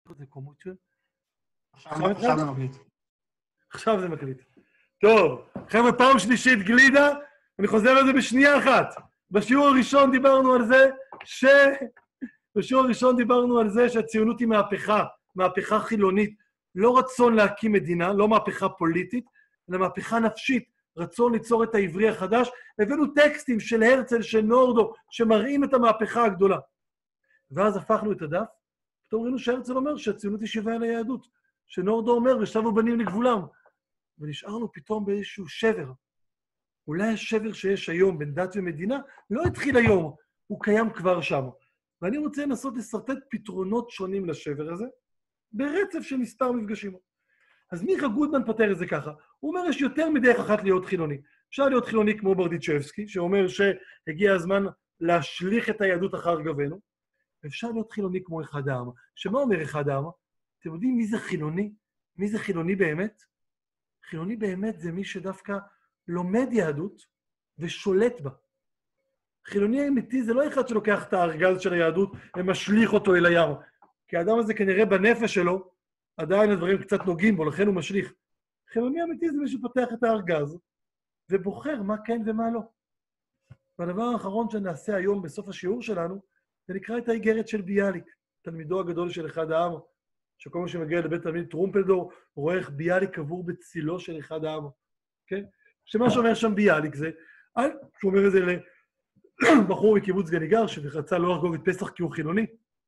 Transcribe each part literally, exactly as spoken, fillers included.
זה קומוצ'ן? עכשיו זה מקליט. עכשיו זה מקליט. טוב, חבר'ה, פעם שלישית גלידה, אני חוזר על זה בשנייה אחת. בשיעור הראשון דיברנו על זה ש... בשיעור הראשון דיברנו על זה שהציונות היא מהפכה, מהפכה חילונית, לא רצון להקים מדינה, לא מהפכה פוליטית, אלא מהפכה נפשית, רצון ליצור את העברי החדש. הבאנו טקסטים של הרצל, של נורדו, שמראים את המהפכה הגדולה. ואז הפכנו את הדף, פתאום ראינו שהרצל אומר שהציונות היא שיבה אל היהדות, שנורדו אומר ושבו בנים לגבולם, ונשארנו פתאום באיזשהו שבר. אולי השבר שיש היום בין דת ומדינה לא התחיל היום, הוא קיים כבר שם. ואני רוצה לנסות לסרטט פתרונות שונים לשבר הזה, ברצף של מספר מפגשים. אז מיכה גודמן פותר את זה ככה. הוא אומר, יש יותר מדרך אחת להיות חילוני. אפשר להיות חילוני כמו ברדיצ'בסקי, שאומר שהגיע הזמן להשליך את היהדות אחר גבנו. אפשר להיות חילוני כמו אחד העם. שמה אומר אחד העם? אתם יודעים מי זה חילוני? מי זה חילוני באמת? חילוני באמת זה מי שדווקא לומד יהדות ושולט בה. חילוני אמיתי זה לא אחד שלוקח את הארגז של היהדות ומשליך אותו אל הים. כי האדם הזה כנראה בנפש שלו, עדיין הדברים קצת נוגעים בו, לכן הוא משליך. חילוני אמיתי זה מי שפותח את הארגז ובוחר מה כן ומה לא. והדבר האחרון שנעשה היום בסוף השיעור שלנו, זה נקרא את האיגרת של ביאליק, תלמידו הגדול של אחד העם, שכל מי שמגיע לבית תלמיד טרומפלדור, רואה איך ביאליק קבור בצילו של אחד העם. כן? שמה שאומר שם ביאליק זה, שהוא אומר את זה לבחור מקיבוץ גניגר, שרצה לא לחגוג את פסח כי הוא חילוני.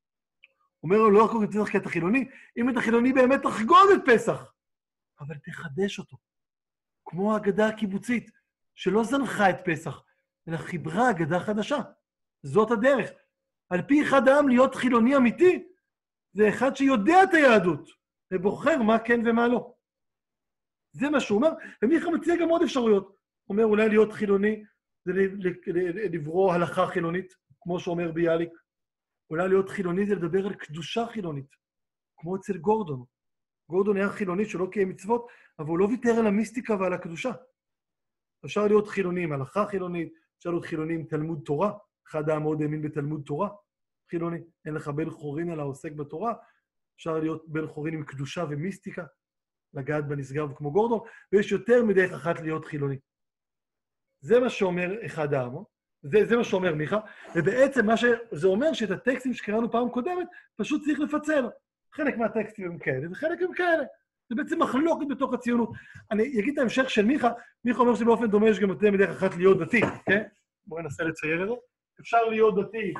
הוא אומר לו, לא לחגוג את פסח כי אתה חילוני, אם אתה חילוני באמת תחגוג את פסח, אבל תחדש אותו. כמו האגדה הקיבוצית, שלא זנחה את פסח, אלא חיברה אגדה חדשה. זאת הדרך. על פי אחד העם להיות חילוני אמיתי, זה אחד שיודע את היהדות, ובוחר מה כן ומה לא. זה מה שהוא אומר, ומיכה מציע גם עוד אפשרויות. הוא אומר, אולי להיות חילוני, זה לברוא הלכה חילונית, כמו שאומר ביאליק. אולי להיות חילוני זה לדבר על קדושה חילונית, כמו אצל גורדון. גורדון היה חילוני שלא קיים מצוות, אבל הוא לא ויתר על המיסטיקה ועל הקדושה. אפשר להיות חילוני עם הלכה חילונית, אפשר להיות חילוני עם תלמוד תורה, אחד העם מאוד האמין בתלמוד תורה, חילוני. אין לך בן חורין על העוסק בתורה, אפשר להיות בן חורין עם קדושה ומיסטיקה, לגעת בנשגב כמו גורדון, ויש יותר מדרך אחת להיות חילוני. זה מה שאומר אחד העם, זה, זה מה שאומר מיכה, ובעצם מה שזה אומר שאת הטקסטים שקראנו פעם קודמת, פשוט צריך לפצל. חלק מהטקסטים הם כאלה, וחלק הם כאלה. זה בעצם מחלוקת בתוך הציונות. אני אגיד את ההמשך של מיכה, מיכה אומר שבאופן דומה יש גם יותר מדרך אחת להיות דתי, כן? בואו ננסה לצייר את זה. אפשר להיות דתי,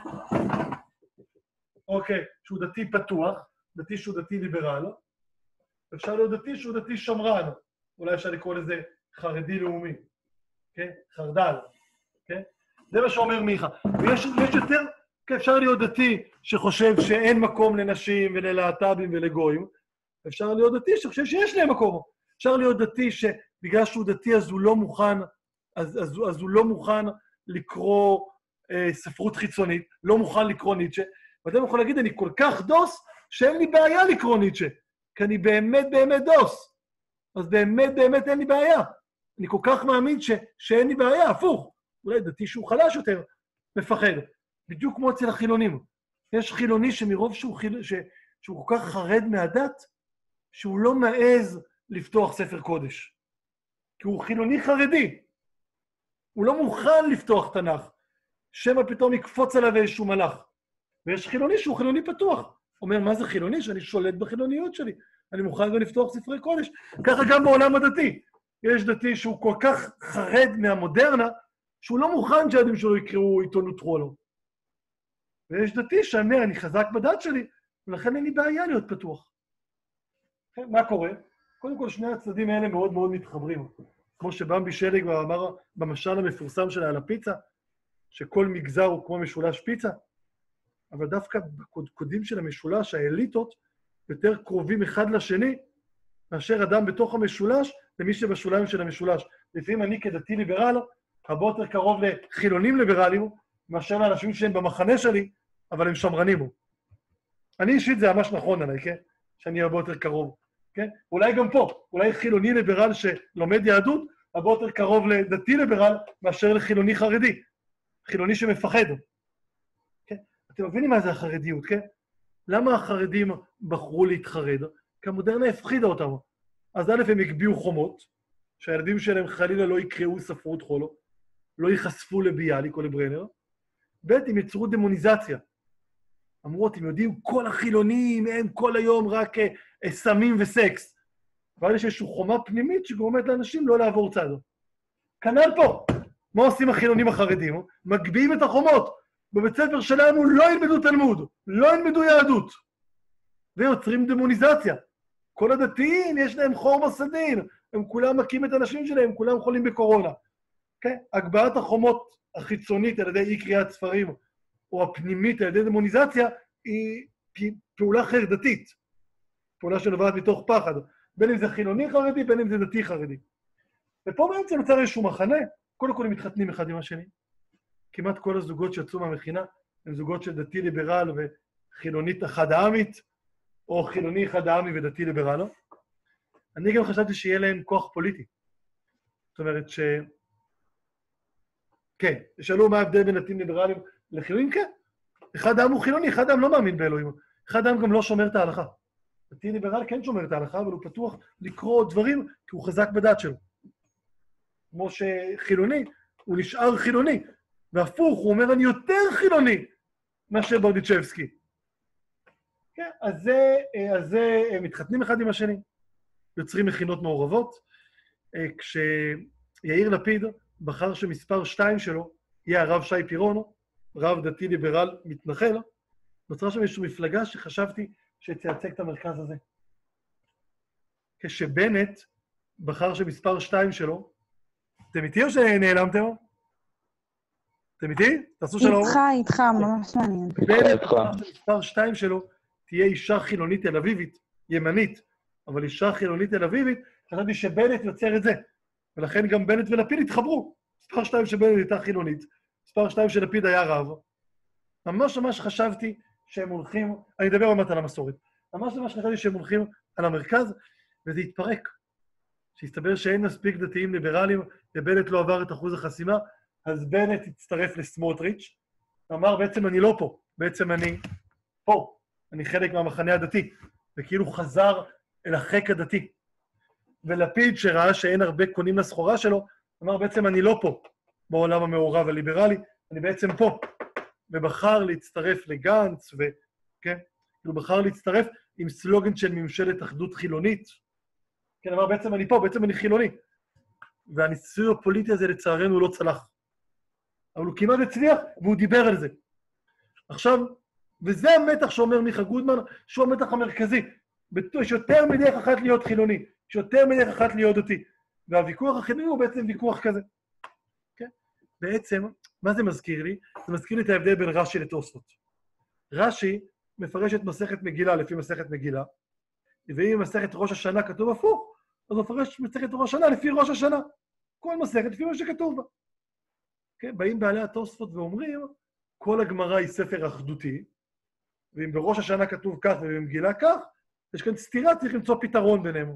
אוקיי, שהוא דתי פתוח, דתי שהוא דתי ליברל, אפשר להיות דתי שהוא דתי שמרן, אולי אפשר לקרוא לזה חרדי לאומי, כן? חרדל, כן? זה מה שאומר מיכה. ויש יש יותר, כן, אפשר להיות דתי שחושב שאין מקום לנשים וללהט"בים ולגויים, אפשר להיות דתי שחושב שיש להם מקום. אפשר להיות דתי שבגלל שהוא דתי אז הוא לא מוכן, אז, אז, אז הוא לא מוכן לקרוא אה, ספרות חיצונית, לא מוכן לקרוא ניטשה, ואתם יכולים להגיד, אני כל כך דוס שאין לי בעיה לקרוא ניטשה, כי אני באמת באמת דוס. אז באמת באמת אין לי בעיה. אני כל כך מאמין ש, שאין לי בעיה, הפוך. אולי דתי שהוא חלש יותר, מפחד. בדיוק כמו אצל החילונים. יש חילוני שמרוב שהוא, חיל... ש... שהוא כל כך חרד מהדת, שהוא לא מעז לפתוח ספר קודש. כי הוא חילוני חרדי. הוא לא מוכן לפתוח תנ"ך. שמא פתאום יקפוץ עליו איזשהו מלאך. ויש חילוני שהוא חילוני פתוח. אומר, מה זה חילוני? שאני שולט בחילוניות שלי. אני מוכן גם לפתוח ספרי קודש. ככה גם בעולם הדתי. יש דתי שהוא כל כך חרד מהמודרנה, שהוא לא מוכן שהילדים שלו יקראו עיתונות רולו. ויש דתי שאומר, אני חזק בדת שלי, ולכן אין לי בעיה להיות פתוח. מה קורה? קודם כל, שני הצדדים האלה מאוד מאוד מתחברים. כמו שבמבי שלג אמר במשל המפורסם שלה על הפיצה, שכל מגזר הוא כמו משולש פיצה, אבל דווקא בקודקודים של המשולש, האליטות, יותר קרובים אחד לשני, מאשר אדם בתוך המשולש, למי שבשוליים של המשולש. לפעמים אני כדתי ליברל, הרבה יותר קרוב לחילונים ליברליים, מאשר לאנשים שהם במחנה שלי, אבל הם שמרנים. אני אישית זה ממש נכון עליי, כן? שאני הרבה יותר קרוב, כן? אולי גם פה, אולי חילוני ליברל שלומד יהדות, הרבה יותר קרוב לדתי ליברל, מאשר לחילוני חרדי. חילוני שמפחד. כן? אתם מבינים מה זה החרדיות, כן? למה החרדים בחרו להתחרד? כי המודרנה הפחידה אותם. אז א', הם הגביעו חומות, שהילדים שלהם חלילה לא יקראו ספרות חולו, לא ייחשפו לביאליק או לברנר, ב', הם יצרו דמוניזציה. אמרו, אתם יודעים, כל החילונים הם כל היום רק אה, סמים וסקס. אבל יש איזושהי חומה פנימית שגורמת לאנשים לא לעבור צד. כנ"ל פה. מה עושים החילונים החרדים? מגביעים את החומות. בבית ספר שלנו לא ילמדו תלמוד, לא ילמדו יהדות. ויוצרים דמוניזציה. כל הדתיים יש להם חור בסדין, הם כולם מכים את האנשים שלהם, כולם חולים בקורונה. Okay? הגבהת החומות החיצונית על ידי אי קריאת ספרים, או הפנימית על ידי דמוניזציה, היא פעולה חרדתית. פעולה שנובעת מתוך פחד. בין אם זה חילוני חרדי, בין אם זה דתי חרדי. ופה בעצם נוצר איזשהו מחנה, קודם כל הם מתחתנים אחד עם השני. כמעט כל הזוגות שיצאו מהמכינה, הם זוגות של דתי ליברל וחילונית אחד העמית, או חילוני אחד העמי ודתי ליברל. אני גם חשבתי שיהיה להם כוח פוליטי. זאת אומרת ש... כן, שאלו מה ההבדל בין דתיים ליברליים לחילונים, כן. אחד העם הוא חילוני, אחד העם לא מאמין באלוהים. אחד העם גם לא שומר את ההלכה. דתי ליברל כן שומר את ההלכה, אבל הוא פתוח לקרוא דברים, כי הוא חזק בדעת שלו. כמו שחילוני, הוא נשאר חילוני. והפוך, הוא אומר, אני יותר חילוני מאשר ברדיצ'בסקי. כן, אז זה, אז זה, הם מתחתנים אחד עם השני, יוצרים מכינות מעורבות, כשיאיר לפיד בחר שמספר שתיים שלו יהיה הרב שי פירון, רב דתי ליברל מתנחל, נוצרה שם איזושהי מפלגה שחשבתי שתייצג את המרכז הזה. כשבנט בחר שמספר שתיים שלו, אתם איתי או שנעלמתם? אתם איתי? תעשו שלום. איתך, איתך, ממש מעניין. בנט בחר שמספר שתיים שלו תהיה אישה חילונית תל אביבית, ימנית, אבל אישה חילונית תל אביבית, חשבתי שבנט יוצר את זה. ולכן גם בנט ולפיד התחברו. מספר שתיים שבנט הייתה חילונית, מספר שתיים שלפיד היה רב. ממש ממש חשבתי שהם הולכים, אני אדבר עוד מעט על המסורת, ממש ממש חשבתי שהם הולכים על המרכז, וזה התפרק. שהסתבר שאין מספיק דתיים ליברליים, ובנט לא עבר את אחוז החסימה, אז בנט הצטרף לסמוטריץ', ואמר, בעצם אני לא פה, בעצם אני פה, אני חלק מהמחנה הדתי, וכאילו חזר אל החק הדתי. ולפיד שראה שאין הרבה קונים לסחורה שלו, אמר, בעצם אני לא פה, בעולם המעורב הליברלי, אני בעצם פה. ובחר להצטרף לגנץ, וכן, הוא בחר להצטרף עם סלוגן של ממשלת אחדות חילונית. כן, אמר, בעצם אני פה, בעצם אני חילוני. והניסוי הפוליטי הזה לצערנו לא צלח. אבל הוא כמעט הצליח, והוא דיבר על זה. עכשיו, וזה המתח שאומר מיכה גודמן, שהוא המתח המרכזי. יש יותר מדרך אחת להיות חילוני, יש יותר מדרך אחת להיות דתי. והוויכוח החילוני הוא בעצם ויכוח כזה. כן? בעצם, מה זה מזכיר לי? זה מזכיר לי את ההבדל בין רש"י לתוספות. רש"י מפרש את מסכת מגילה לפי מסכת מגילה, ואם מסכת ראש השנה כתוב הפוך, אז הוא מפרש מסכת ראש השנה לפי ראש השנה. כל מסכת לפי מה שכתוב בה. כן? באים בעלי התוספות ואומרים, כל הגמרא היא ספר אחדותי, ואם בראש השנה כתוב כך ובמגילה כך, יש כאן סתירה, צריך למצוא פתרון ביניהם.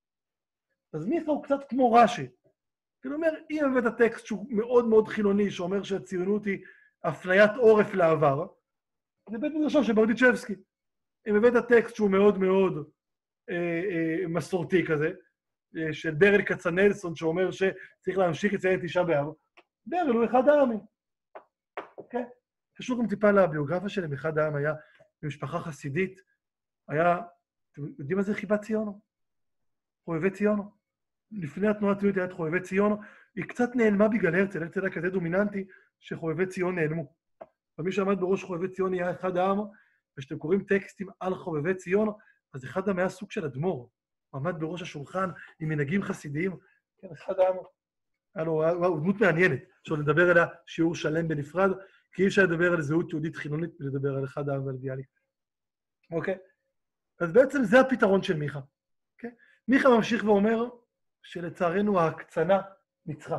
אז מיכה הוא קצת כמו רש"י. הוא אומר, אם הבאת טקסט שהוא מאוד מאוד חילוני, שאומר שהציונות היא הפניית עורף לעבר, זה בית מדרשו של ברדיצ'בסקי. אם הבאת טקסט שהוא מאוד מאוד אה, אה, מסורתי כזה, אה, של ברל כצנלסון, שאומר שצריך להמשיך לציין את תשעה באב, ברל הוא אחד העמים. אוקיי? קשור גם טיפה לביוגרפיה שלהם, אחד העם היה במשפחה חסידית, היה, אתם יודעים מה זה חיבת ציונו? חובבי ציונו. לפני התנועה הציונית היה את חובבי ציונו, היא קצת נעלמה בגלל הרצל, הרצל היה כזה דומיננטי שחובבי ציון נעלמו. ומי שעמד בראש חובבי ציון היה אחד העם, ושאתם קוראים טקסטים על חובבי ציון, אז אחד העם היה סוג של אדמו"ר, הוא עמד בראש השולחן עם מנהגים חסידיים, כן, אחד העם, היה לו, הוא דמות מעניינת, שעוד לדבר עליה שיעור שלם בנפרד, כי אי אפשר לדבר על זהות יהודית חילונית ולדבר על אחד העם ועל ביאליק. אוקיי? אז בעצם זה הפתרון של מיכה. אוקיי? מיכה ממשיך ואומר שלצערנו ההקצנה ניצחה.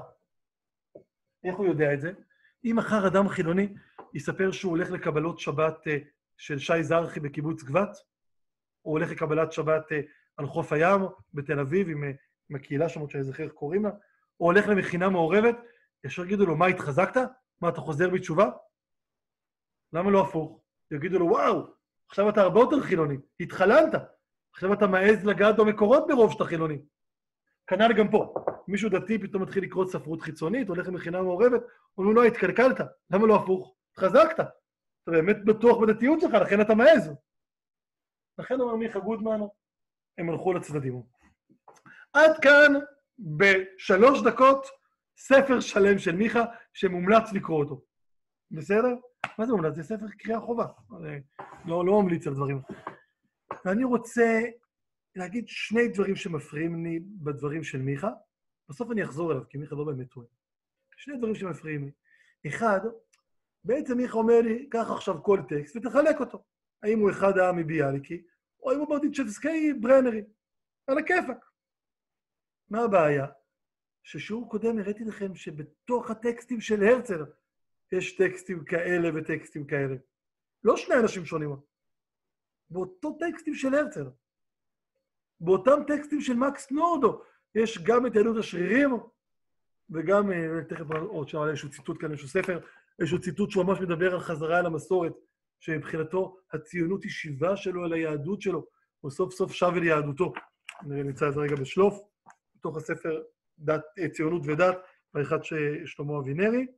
איך הוא יודע את זה? אם מחר אדם חילוני יספר שהוא הולך לקבלות שבת של שי זרחי בקיבוץ גבת, הוא הולך לקבלת שבת על חוף הים בתל אביב עם, עם הקהילה שמות שאני זוכר איך קוראים לה, או הולך למכינה מעורבת, ישר יגידו לו, מה, התחזקת? מה, אתה חוזר בתשובה? למה לא הפוך? יגידו לו, וואו, עכשיו אתה הרבה יותר חילוני, התחלנת. עכשיו אתה מעז לגעת במקורות ברוב שאתה חילוני. כנ"ל גם פה. מישהו דתי פתאום מתחיל לקרוא ספרות חיצונית, הולך למכינה מעורבת, אומרים לו, התקלקלת. למה לא הפוך? התחזקת. אתה באמת בטוח בדתיות שלך, לכן אתה מעז. לכן אומר מיכה גודמן, הם הלכו לצדדים. עד כאן, בשלוש דקות, ספר שלם של מיכה, שמומלץ לקרוא אותו. בסדר? מה זה מומלץ? זה ספר קריאה חובה. לא, לא ממליץ על דברים. ואני רוצה להגיד שני דברים שמפריעים לי בדברים של מיכה. בסוף אני אחזור אליו, כי מיכה לא באמת טועה. שני דברים שמפריעים לי. אחד, בעצם מיכה אומר לי, קח עכשיו כל טקסט ותחלק אותו. האם הוא אחד העם מביאליקי, או אם הוא ברדיצ'בסקי ברנרי. על הכיפק. מה הבעיה? ששיעור קודם הראיתי לכם שבתוך הטקסטים של הרצל יש טקסטים כאלה וטקסטים כאלה. לא שני אנשים שונים. באותו טקסטים של הרצל. באותם טקסטים של מקס נורדו יש גם את יהדות השרירים, וגם, תכף עוד שעה, איזשהו ציטוט כאן, איזשהו ספר, איזשהו ציטוט שהוא ממש מדבר על חזרה על המסורת, שמבחינתו הציונות היא שיבה שלו אל היהדות שלו, הוא סוף סוף שב אל יהדותו. אני נמצא את זה רגע בשלוף, בתוך הספר דת, ציונות ודת, בעריכת שלמה אבינרי. אני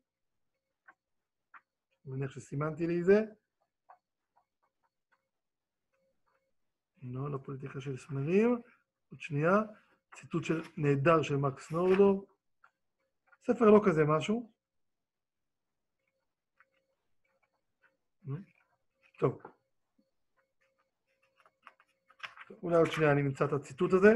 מניח שסימנתי לי זה. לא, לא פוליטיקה של שמאלים. עוד שנייה, ציטוט של נהדר של מקס נורדו. ספר לא כזה משהו. טוב. אולי עוד שנייה אני נמצא את הציטוט הזה.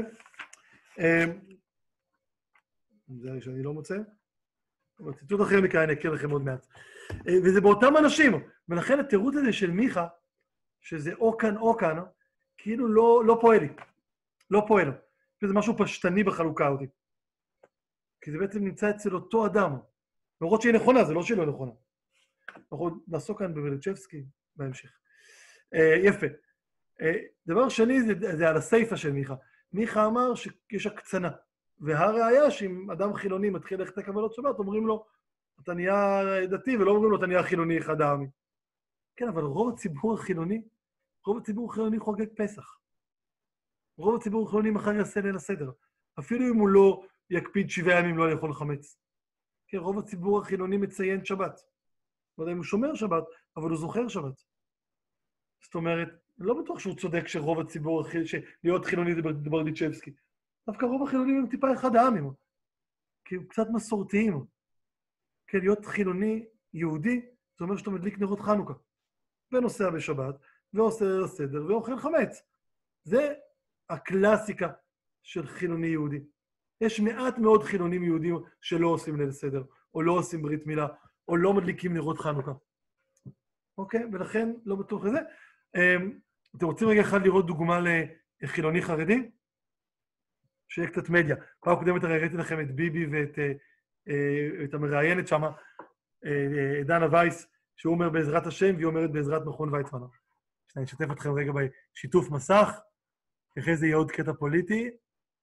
זה הרי שאני לא מוצא. אבל ציטוט אחר מכאן אני אקריא לכם עוד מעט. וזה באותם אנשים. ולכן התירוץ הזה של מיכה, שזה או כאן או כאן, כאילו לא, לא פועל לי. לא פועל לו. זה משהו פשטני בחלוקה אותי. כי זה בעצם נמצא אצל אותו אדם. למרות שהיא נכונה, זה לא שהיא לא נכונה. אנחנו נעסוק כאן בברדיצ'בסקי בהמשך. יפה. דבר שני זה, זה על הסייפה של מיכה. מיכה אמר שיש הקצנה. והראיה שאם אדם חילוני מתחיל ללכת לקבלות שבת, אומרים לו, אתה נהיה דתי, ולא אומרים לו, אתה נהיה חילוני אחד העמי. כן, אבל רוב הציבור החילוני, רוב הציבור החילוני חוגג פסח. רוב הציבור החילוני מחר יעשה ליל הסדר. אפילו אם הוא לא יקפיד שבעה ימים לא לאכול חמץ. כן, רוב הציבור החילוני מציין שבת. לא יודע אם הוא שומר שבת, אבל הוא זוכר שבת. זאת אומרת, לא בטוח שהוא צודק שרוב הציבור, להיות חילוני זה ברדיצ'בסקי. דווקא רוב החילונים הם טיפה אחד העמים. כי הם קצת מסורתיים. כן, להיות חילוני יהודי, זה אומר שאתה מדליק נרות חנוכה. ונוסע בשבת, ועושה ליל הסדר, ואוכל חמץ. זה הקלאסיקה של חילוני יהודי. יש מעט מאוד חילונים יהודים שלא עושים ליל סדר, או לא עושים ברית מילה, או לא מדליקים נרות חנוכה. אוקיי? ולכן לא בטוח לזה. אתם רוצים רגע אחד לראות דוגמה לחילוני חרדי? שיהיה קצת מדיה. פעם קודמת הראיתי לכם את ביבי ואת את המראיינת שם, דנה וייס, שהוא אומר בעזרת השם, והיא אומרת בעזרת מכון ויצמן. אני אשתף אתכם רגע בשיתוף מסך, אחרי זה יהיה עוד קטע פוליטי.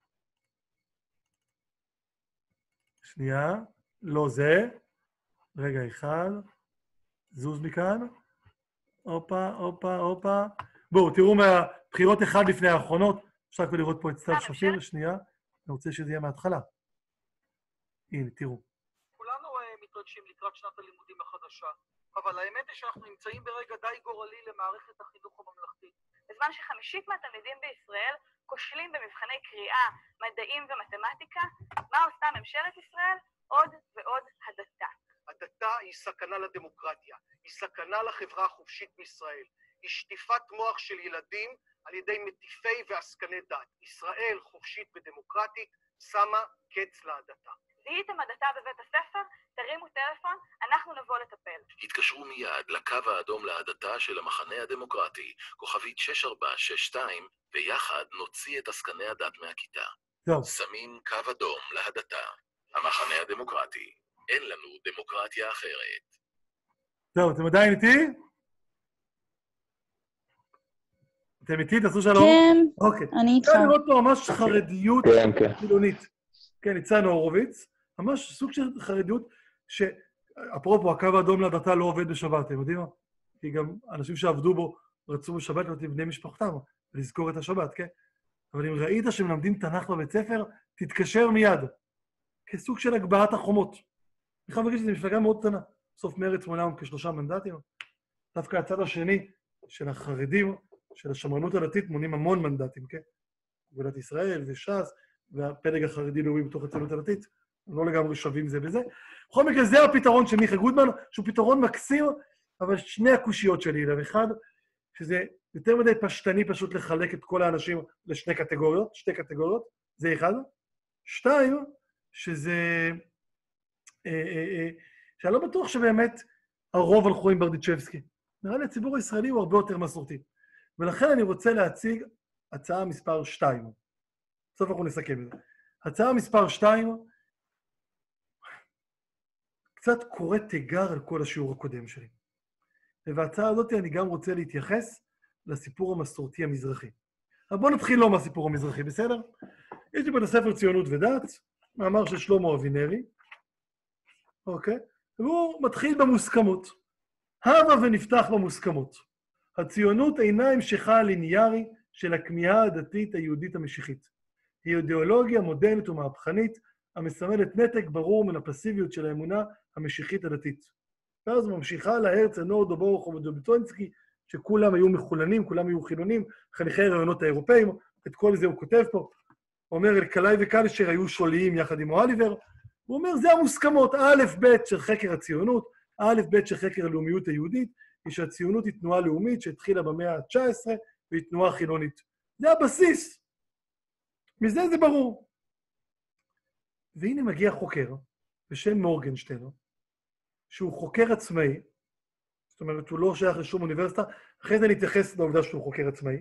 שנייה, לא זה. רגע אחד. זוז מכאן. הופה, הופה, הופה. בואו, תראו מהבחירות אחד לפני האחרונות. אפשר כבר לראות פה את סתיו שפיר. שנייה. אני רוצה שזה יהיה מההתחלה. הנה, תראו. כולנו מתרגשים לקראת שנת הלימודים החדשה, אבל האמת היא שאנחנו נמצאים ברגע די גורלי למערכת החינוך הממלכתית. בזמן שחמישית מהתלמידים בישראל כושלים במבחני קריאה, מדעים ומתמטיקה, מה עושה ממשלת ישראל? עוד ועוד הדתה. הדתה היא סכנה לדמוקרטיה, היא סכנה לחברה החופשית בישראל, היא שטיפת מוח של ילדים על ידי מטיפי ועסקני דת. ישראל חופשית ודמוקרטית שמה קץ להדתה. זיהיתם הדתה בבית הספר? תרימו טלפון, אנחנו נבוא לטפל. התקשרו מיד לקו האדום להדתה של המחנה הדמוקרטי, כוכבית שש ארבע שש שתיים, ויחד נוציא את עסקני הדת מהכיתה. טוב. שמים קו אדום להדתה. המחנה הדמוקרטי. אין לנו דמוקרטיה אחרת. טוב, אתם עדיין איתי? אתם איתי? תעשו שלום. כן, אוקיי. אני איתך. אפשר לראות פה ממש חרדיות כן, כן. חילונית. כן, ניצן הורוביץ. ממש סוג של חרדיות, שאפרופו, הקו האדום להדתה לא עובד בשבת, אתם יודעים מה? כי גם אנשים שעבדו בו רצו בשבת להיות עם בני משפחתם, ולזכור את השבת, כן? אבל אם ראית שמלמדים תנ"ך בבית ספר, תתקשר מיד, כסוג של הגבהת החומות. אני חייב להגיד שזו מפלגה מאוד קטנה. סוף מרץ מונה כשלושה מנדטים. דווקא הצד השני של החרדים, של השמרנות הדתית, מונים המון מנדטים, כן? גאולת ישראל וש"ס, והפלג החרדי-לאומי בתוך הציונות הדתית, הם לא לגמרי שווים זה בזה. בכל מקרה, זה הפתרון של מיכה גודמן, שהוא פתרון מקסים, אבל שני הקושיות שלי אליו. אחד, שזה יותר מדי פשטני פשוט לחלק את כל האנשים לשני קטגוריות, שתי קטגוריות, זה אחד. שתיים, שזה... אה, אה, אה, שאני לא בטוח שבאמת הרוב הלכו עם ברדיצ'בסקי. נראה לי הציבור הישראלי הוא הרבה יותר מסורתי. ולכן אני רוצה להציג הצעה מספר שתיים. בסוף אנחנו נסכם את זה. הצעה מספר שתיים, קצת קורא תיגר על כל השיעור הקודם שלי. ובהצעה הזאת אני גם רוצה להתייחס לסיפור המסורתי המזרחי. אבל בואו נתחיל לא מהסיפור המזרחי, בסדר? יש לי פה את הספר ציונות ודת, מאמר של שלמה אבינרי, אוקיי? והוא מתחיל במוסכמות. הבה ונפתח במוסכמות. הציונות אינה המשכה הליניארי של הכמיהה הדתית היהודית המשיחית. היא אידיאולוגיה מודרנית ומהפכנית, המסמלת נתק ברור מן הפסיביות של האמונה המשיחית הדתית. ואז ממשיכה להרצל, נורדו, בורוך ודוביטונסקי, שכולם היו מחולנים, כולם היו חילונים, חניכי הרעיונות האירופאים, את כל זה הוא כותב פה. הוא אומר, אלקלעי וקלישר היו שוליים יחד עם אוליבר, הוא אומר, זה המוסכמות, א' ב' של חקר הציונות, א' ב' של חקר הלאומיות היהודית, היא שהציונות היא תנועה לאומית שהתחילה במאה ה-תשע עשרה, והיא תנועה חילונית. זה הבסיס. מזה זה ברור. והנה מגיע חוקר, בשם מורגנשטיין, שהוא חוקר עצמאי, זאת אומרת, הוא לא שייך לשום אוניברסיטה, אחרי זה נתייחס לעובדה שהוא חוקר עצמאי.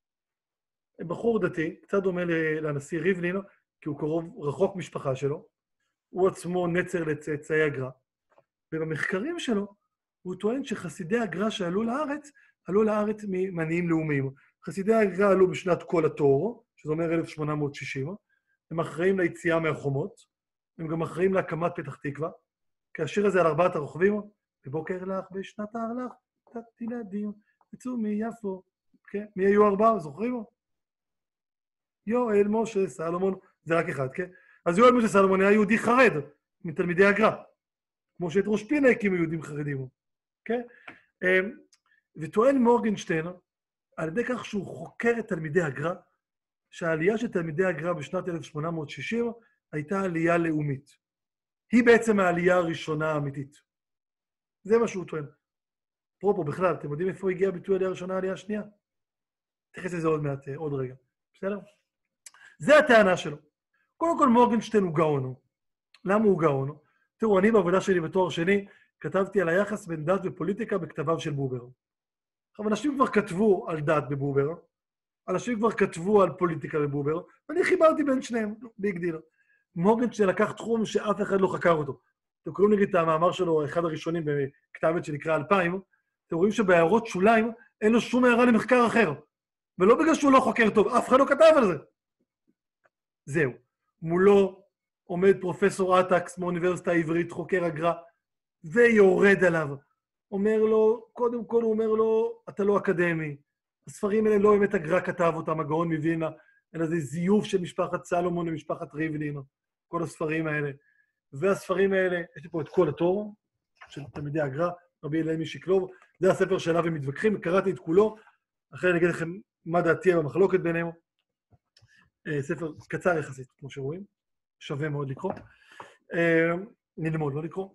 בחור דתי, קצת דומה לנשיא ריבלין, כי הוא קרוב רחוק משפחה שלו, הוא עצמו נצר לצאצאי הגר"א, ובמחקרים שלו הוא טוען שחסידי הגר"א שעלו לארץ, עלו לארץ ממניעים לאומיים. חסידי הגר"א עלו בשנת כל התור, שזה אומר אלף שמונה מאות שישים, הם אחראים ליציאה מהחומות, הם גם אחראים להקמת פתח תקווה, כי השיר הזה על ארבעת הרוכבים, בבוקר לך, בשנת הארלך, קצת ילדים, יצאו מיפו, כן? מי היו ארבעה? זוכרים? יואל, משה, סלומון, זה רק אחד, כן? אז יואל, משה, סלומון היה יהודי חרד, מתלמידי הגר"א, כמו שאת ראש פינה הקימו יהודים חרדים, כן? וטוען מורגנשטיין, על ידי כך שהוא חוקר את תלמידי הגר"א, שהעלייה של תלמידי הגר"א בשנת אלף שמונה מאות שישים הייתה עלייה לאומית. היא בעצם העלייה הראשונה האמיתית. זה מה שהוא טוען. פרופו, בכלל, אתם יודעים איפה הגיע ביטוי העלייה הראשונה, העלייה השנייה? תכף לזה עוד מעט, עוד רגע. בסדר? זה הטענה שלו. קודם כל, מורגנשטיין הוא גאון. למה הוא גאון? תראו, אני בעבודה שלי בתואר שני, כתבתי על היחס בין דת ופוליטיקה בכתביו של בובר. עכשיו, אנשים כבר כתבו על דת בבובר, אנשים כבר כתבו על פוליטיקה בבובר, ואני חיברתי בין שניהם, ביג דיל. מורגנשטיין לקח תחום שאף אחד לא חקר אותו. אתם קוראים נגיד את המאמר שלו, אחד הראשונים בכתבת שנקרא אלפיים, אתם רואים שבהערות שוליים אין לו שום הערה למחקר אחר. ולא בגלל שהוא לא חוקר טוב, אף אחד לא כתב על זה. זהו. מולו עומד פרופסור אטקס מאוניברסיטה העברית, חוקר הגר"א, ויורד עליו. אומר לו, קודם כל הוא אומר לו, אתה לא אקדמי. הספרים האלה לא באמת הגר"א כתב אותם, הגאון מווינה, אלא זה זיוף של משפחת סלומון ומשפחת ריבלין, כל הספרים האלה. והספרים האלה, יש לי פה את כל התור של תלמידי הגר"א, רבי אליעזר משיקלוב, זה הספר שאליו הם מתווכחים, קראתי את כולו, אחרי אני אגיד לכם מה דעתי במחלוקת ביניהם. ספר קצר יחסית, כמו שרואים, שווה מאוד לקרוא. נלמוד, לא לקרוא.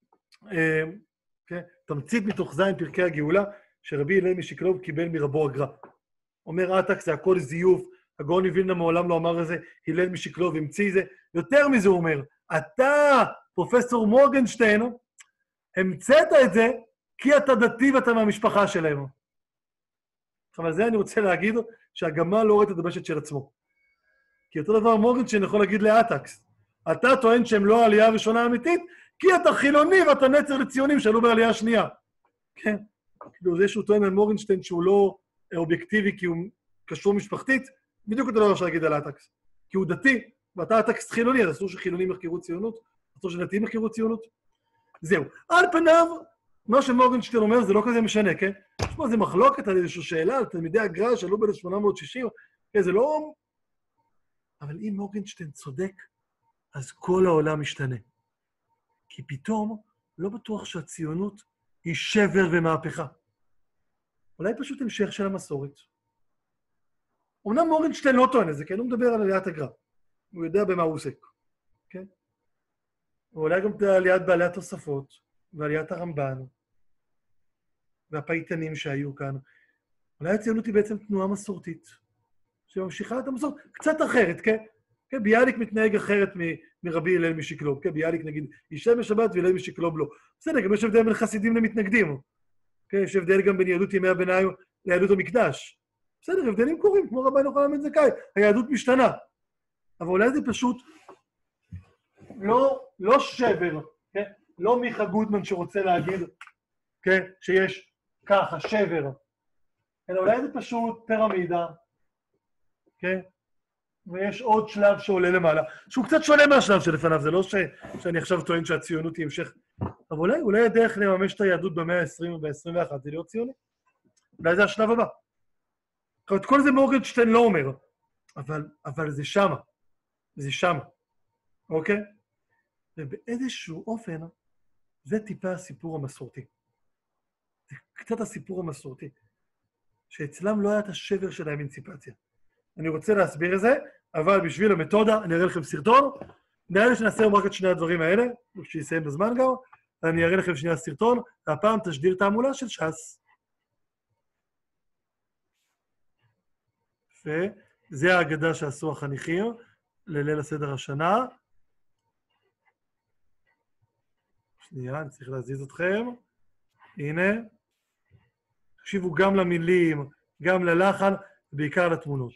תמצית מתוך זין פרקי הגאולה, שרבי אליעזר משיקלוב קיבל מרבו הגר"א. אומר אטקס, זה הכל זיוף, הגאון מווילנה מעולם לא אמר את זה, הלל משיקלוב המציא זה. יותר מזה הוא אומר, אתה, פרופסור מורגנשטיין, המצאת את זה כי אתה דתי ואתה מהמשפחה שלהם. אבל זה אני רוצה להגיד שהגמל לא רואה את הדבשת של עצמו. כי אותו דבר מורגנשטיין יכול להגיד לאטקס, אתה טוען שהם לא העלייה הראשונה האמיתית, כי אתה חילוני ואתה נצר לציונים שעלו בעלייה השנייה. כן? כאילו זה שהוא טוען על מורגנשטיין שהוא לא אובייקטיבי כי הוא קשור משפחתית, בדיוק אותו דבר אפשר להגיד על אטקס. כי הוא דתי, ואתה אטקס חילוני, אז אסור שחילונים יחקרו ציונות, אסור שדתיים יחקרו ציונות. זהו. על פניו, מה שמורגנשטיין אומר זה לא כזה משנה, כן? יש פה איזו מחלוקת על איזושהי שאלה, על תלמידי הגר"א שעלו ב-אלף שמונה מאות שישים, כן, זה לא... אבל אם מורגנשטיין צודק, אז כל העולם משתנה. כי פתאום לא בטוח שהציונות היא שבר ומהפכה. אולי פשוט המשך של המסורת. אומנם מורגנשטיין לא טוען לזה, כן? הוא מדבר על עליית הגר"א. הוא יודע במה הוא עוסק, כן? ואולי גם עליית בעלי התוספות, ועליית הרמב"ן, והפייטנים שהיו כאן. אולי הציונות היא בעצם תנועה מסורתית, שממשיכה את המסורת קצת אחרת, כן? כן, ביאליק מתנהג אחרת מ- מרבי הלל משקלוב, כן? ביאליק נגיד אישה בשבת והלל משקלוב לא. בסדר, גם יש הבדל בין חסידים למתנגדים. כן, יש הבדל גם בין יהדות ימי הביניים ליהדות המקדש. בסדר, הבדלים קורים, כמו רבי יוחנן בן זכאי, היהדות משתנה. אבל אולי זה פשוט לא, לא שבר, כן? לא מיכה גוטמן שרוצה להגיד, כן? שיש ככה, שבר. אלא אולי זה פשוט פירמידה, כן? ויש עוד שלב שעולה למעלה, שהוא קצת שונה מהשלב שלפניו, זה לא ש... שאני עכשיו טוען שהציונות היא המשך, אבל אולי, אולי הדרך לממש את היהדות במאה ה-עשרים וב-עשרים ואחת זה להיות ציוני. אולי זה השלב הבא. את כל זה מורגנשטיין לא אומר, אבל, אבל זה שמה. זה שמה. אוקיי? ובאיזשהו אופן, זה טיפה הסיפור המסורתי. זה קצת הסיפור המסורתי. שאצלם לא היה את השבר של האמנציפציה. אני רוצה להסביר את זה, אבל בשביל המתודה, אני אראה לכם סרטון. נראה לי שנעשה רק את שני הדברים האלה, כשיסיים בזמן גם, אני אראה לכם שנייה סרטון, והפעם תשדיר תעמולה של ש"ס. וזה ההגדה שעשו החניכים לליל הסדר השנה. שנייה, אני צריך להזיז אתכם. הנה. תקשיבו גם למילים, גם ללחן, ובעיקר לתמונות.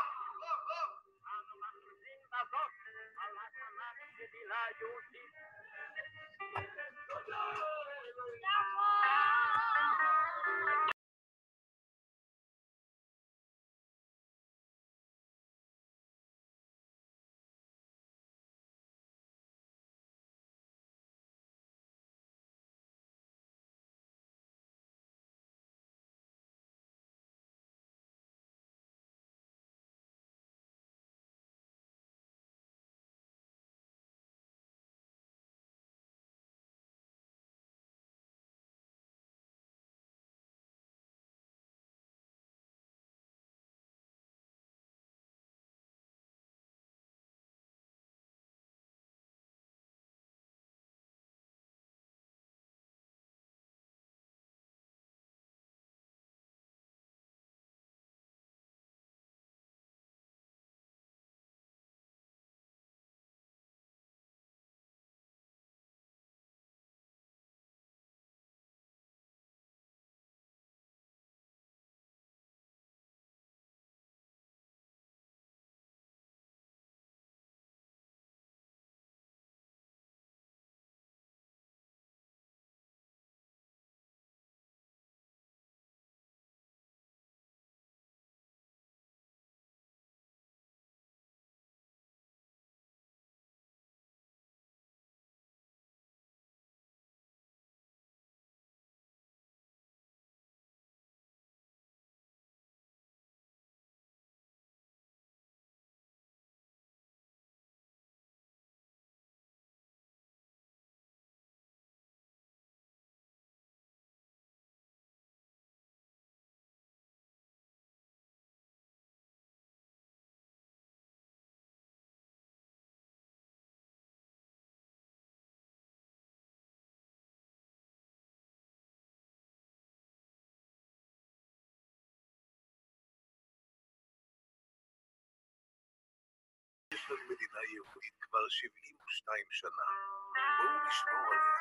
יש לנו מדינה יהודית כבר שבעים ושתיים שנה. בואו נשמור עליה.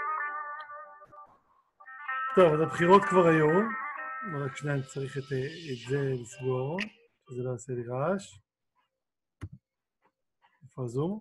טוב, אז הבחירות כבר היו. רק שניה, אני צריך את, את זה לסגור, שזה לא יעשה לי רעש. איפה הזום?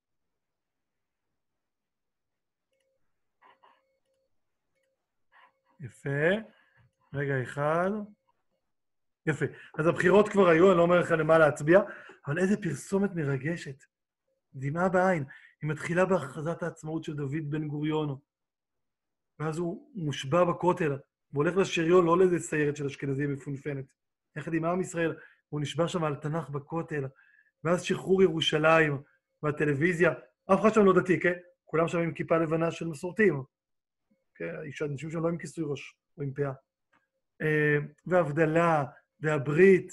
יפה. רגע אחד. יפה. אז הבחירות כבר היו, אני לא אומר לך למה להצביע, אבל איזה פרסומת מרגשת. דמעה בעין. היא מתחילה בהכרזת העצמאות של דוד בן גוריון. ואז הוא מושבע בכותל, והולך לשריון, לא לאיזה סיירת של אשכנזים מפונפנת, יחד עם עם ישראל, הוא נשבע שם על תנ"ך בכותל, ואז שחרור ירושלים, והטלוויזיה, אף אחד שם לא דתי, כן? כולם שם עם כיפה לבנה של מסורתיים. כן? אנשים שם לא עם כיסוי ראש, או עם פאה. וההבדלה, והברית,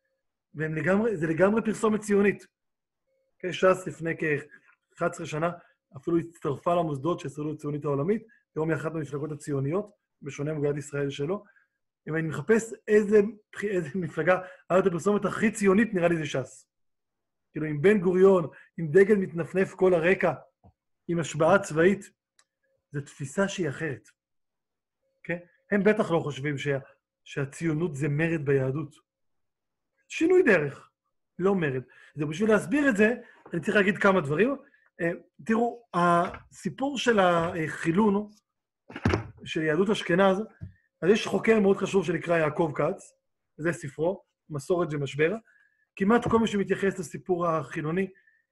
וזה לגמרי פרסומת ציונית. כן? ש"ס לפני כ-אחת עשרה שנה, אפילו הצטרפה למוסדות שהסתדרות הציונית העולמית, היום היא אחת מהמפלגות הציוניות, בשונה מגויית ישראל שלו. אם אני מחפש איזה, איזה מפלגה, עד הפרסומת הכי ציונית, נראה לי זה ש"ס. כאילו, עם בן גוריון, עם דגל מתנפנף כל הרקע, עם השבעה צבאית, זו תפיסה שהיא אחרת. Okay? הם בטח לא חושבים שה, שהציונות זה מרד ביהדות. שינוי דרך, לא מרד. זה בשביל להסביר את זה, אני צריך להגיד כמה דברים. תראו, הסיפור של החילון, של יהדות אשכנז, אז יש חוקר מאוד חשוב שנקרא יעקב כץ, זה ספרו, מסורת ומשבר. כמעט כל מי שמתייחס לסיפור החילוני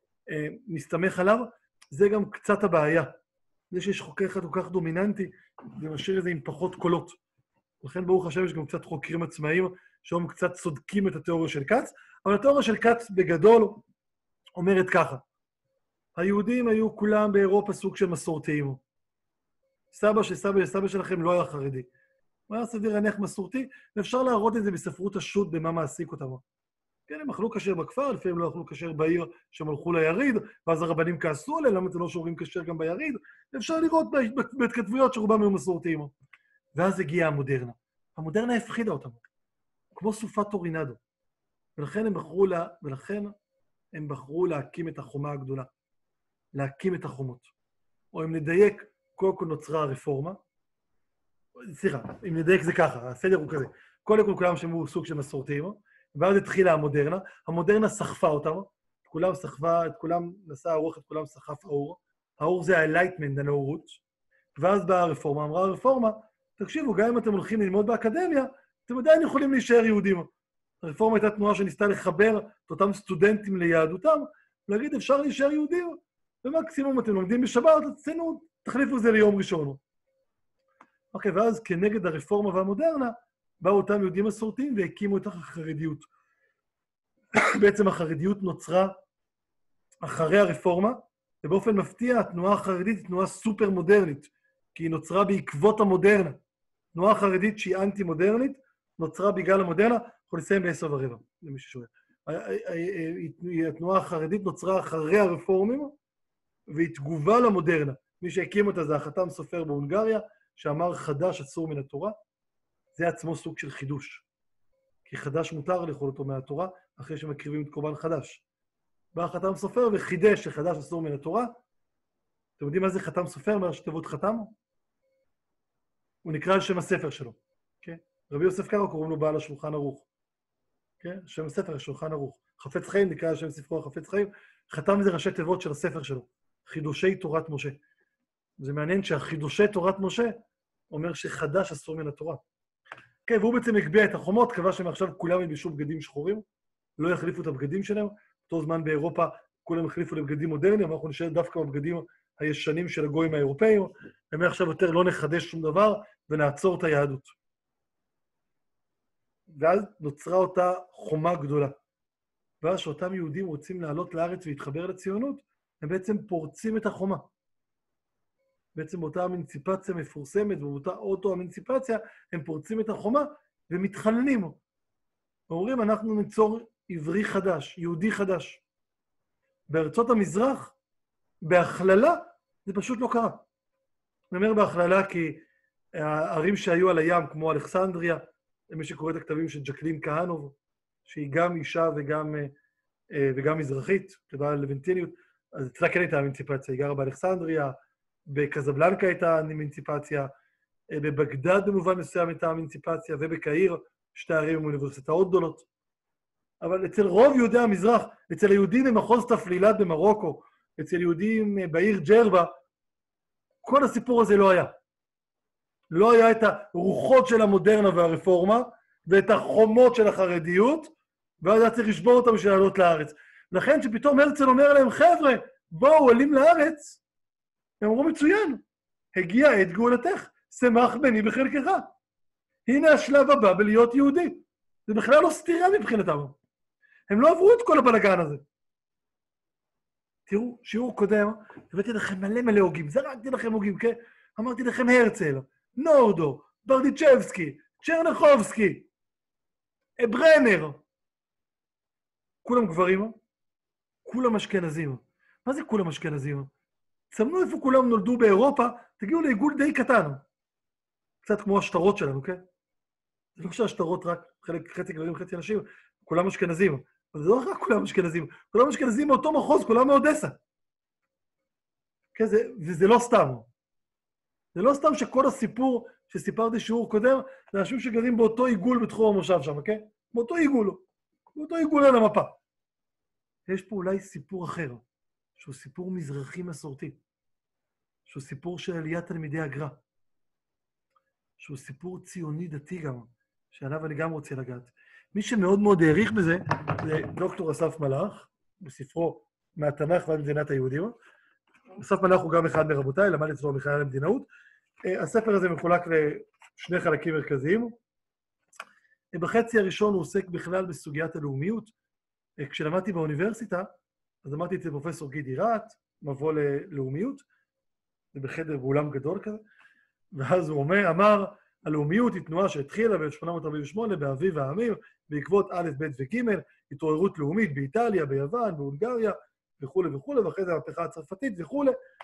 מסתמך עליו, זה גם קצת הבעיה. זה שיש חוקר אחד כל כך דומיננטי, זה משאיר את זה עם פחות קולות. לכן ברוך השם יש גם קצת חוקרים עצמאיים, שהם קצת צודקים את התיאוריה של כץ, אבל התיאוריה של כץ בגדול אומרת ככה, היהודים היו כולם באירופה סוג של מסורתיים. סבא של סבא של סבא שלכם לא היה חרדי. הוא היה סביר להניח מסורתי, ואפשר להראות את זה בספרות השו"ת במה מעסיק אותם. כן, הם אכלו כשר בכפר, לפעמים לא אכלו כשר בעיר שהם הלכו ליריד, ואז הרבנים כעסו עליהם, למה אתם לא שומרים כשר גם ביריד? אפשר לראות בהתכתבויות שרובם היו מסורתיים. ואז הגיעה המודרנה. המודרנה הפחידה אותם, כמו סופת טורינדו. ולכן הם בחרו לה, ולכן הם בחרו להקים את החומה הגדולה. להקים את החומות. או אם נדייק, קודם כל נוצרה הרפורמה. סליחה, אם נדייק זה ככה, הסדר הוא כזה. קודם כל כולם שמעו סוג של מסורתיים, ואז התחילה המודרנה. המודרנה סחפה אותם, את כולם סחפה, את כולם נסעה הרוח, את כולם סחף האור. האור זה ה-enlightenment, הנאורות. ואז באה הרפורמה, אמרה הרפורמה, תקשיבו, גם אם אתם הולכים ללמוד באקדמיה, אתם עדיין יכולים להישאר יהודים. הרפורמה הייתה תנועה שניסתה לחבר את אותם סטודנטים ליהדותם, ולהגיד, אפשר להישאר יהודים, ומקסימום אתם לומדים בשבת, תצאנו, תחליפו זה ליום ראשון. אוקיי, ואז כנגד הרפורמה והמודרנה, באו אותם יהודים מסורתיים והקימו את החרדיות. בעצם החרדיות נוצרה אחרי הרפורמה, ובאופן מפתיע התנועה החרדית היא תנועה סופר מודרנית, כי היא נוצרה בעקבות המודרנה. תנועה חרדית שהיא אנטי-מודרנית, נוצרה בגלל המודרנה, אנחנו נסיים בעשר ורבע, למי ששואל. התנועה החרדית נוצרה אחרי הרפורמים, והיא תגובה למודרנה. מי שהקים אותה זה החתם סופר בהונגריה, שאמר חדש אסור מן התורה, זה עצמו סוג של חידוש. כי חדש מותר לאכול אותו מהתורה, אחרי שמקריבים את קורבן חדש. בא החתם סופר וחידש שחדש אסור מן התורה. אתם יודעים מה זה חתם סופר? מה שתיבות חתם? הוא נקרא על שם הספר שלו. Okay? רבי יוסף קארו קוראים לו בעל השולחן ערוך. Okay? שם הספר, השולחן ערוך. חפץ חיים נקרא על שם ספרו החפץ חיים. חתם זה ראשי תיבות של הספר שלו. חידושי תורת משה. זה מעניין שהחידושי תורת משה אומר שחדש אסור מן התורה. כן, והוא בעצם הקביע את החומות, קבע שמעכשיו כולם ילבשו בגדים שחורים, לא יחליפו את הבגדים שלהם. אותו זמן באירופה כולם החליפו לבגדים מודרניים, אבל אנחנו נשאר דווקא בבגדים הישנים של הגויים האירופאים, ומעכשיו יותר לא נחדש שום דבר ונעצור את היהדות. ואז נוצרה אותה חומה גדולה. ואז שאותם יהודים רוצים לעלות לארץ ולהתחבר לציונות, הם בעצם פורצים את החומה. בעצם באותה אמנציפציה מפורסמת, ובאותה אוטו-אמנציפציה, הם פורצים את החומה ומתחננים. ואומרים, אנחנו ניצור עברי חדש, יהודי חדש. בארצות המזרח, בהכללה, זה פשוט לא קרה. אני אומר בהכללה כי הערים שהיו על הים, כמו אלכסנדריה, מי שקורא את הכתבים של ג'קלין כהנוב, שהיא גם אישה וגם, וגם מזרחית, תבעה לבנטיניות, אז אצלה כן הייתה אמנציפציה, היא גרה באלכסנדריה, בקזבלנקה הייתה אמנציפציה, בבגדד במובן מסוים הייתה אמנציפציה, ובקהיר, שתי ערים עם אוניברסיטאות גדולות. אבל אצל רוב יהודי המזרח, אצל היהודים במחוז תפלילת במרוקו, אצל יהודים בעיר ג'רבה, כל הסיפור הזה לא היה. לא היה את הרוחות של המודרנה והרפורמה, ואת החומות של החרדיות, ואז היה צריך לשבור אותם בשביל לעלות לארץ. לכן שפתאום הרצל אומר להם, חבר'ה, בואו, עולים לארץ, הם אמרו מצוין, הגיע עת גאולתך, שמח בני בחלקך. הנה השלב הבא בלהיות יהודי. זה בכלל לא סתירה מבחינתם. הם לא עברו את כל הבלגן הזה. תראו, שיעור קודם, הבאתי לכם מלא מלא הוגים, זרקתי לכם הוגים, כן? אמרתי לכם הרצל, נורדו, ברדיצ'בסקי, צ'רנחובסקי, ברנר. כולם גברים, כולם אשכנזים. מה זה כולם אשכנזים? תסמנו איפה כולם נולדו באירופה, תגיעו לעיגול די קטן. קצת כמו השטרות שלנו, כן? זה לא שהשטרות רק חלק, חצי גברים, חצי אנשים, כולם אשכנזים. אבל זה לא רק כולם אשכנזים, כולם אשכנזים מאותו מחוז, כולם מאודסה. כן, זה, וזה לא סתם. זה לא סתם שכל הסיפור שסיפרתי שיעור קודם, זה אנשים שגרים באותו עיגול בתחום המושב שם, כן? באותו עיגול, באותו עיגול על המפה. יש פה אולי סיפור אחר, שהוא סיפור מזרחי מסורתי, שהוא סיפור של עליית תלמידי הגר"א, שהוא סיפור ציוני דתי גם, שעליו אני גם רוצה לגעת. מי שמאוד מאוד העריך בזה, זה דוקטור אסף מלאך, בספרו מהתנ"ך ועד מדינת היהודים. אסף מלאך הוא גם אחד מרבותיי, למד אצלו במכללה למדינאות. הספר הזה מחולק לשני חלקים מרכזיים. בחצי הראשון הוא עוסק בכלל בסוגיית הלאומיות. כשלמדתי באוניברסיטה, אז למדתי אצל פרופסור גידי רהט, מבוא ללאומיות, זה בחדר באולם גדול כזה, ואז הוא אומר, אמר, הלאומיות היא תנועה שהתחילה ב-אלף שמונה מאות ארבעים ושמונה באביב העמים, בעקבות א', ב' וג', התעוררות לאומית באיטליה, ביוון, בהונגריה, וכו' וכו', ואחרי זה המהפכה הצרפתית וכו'.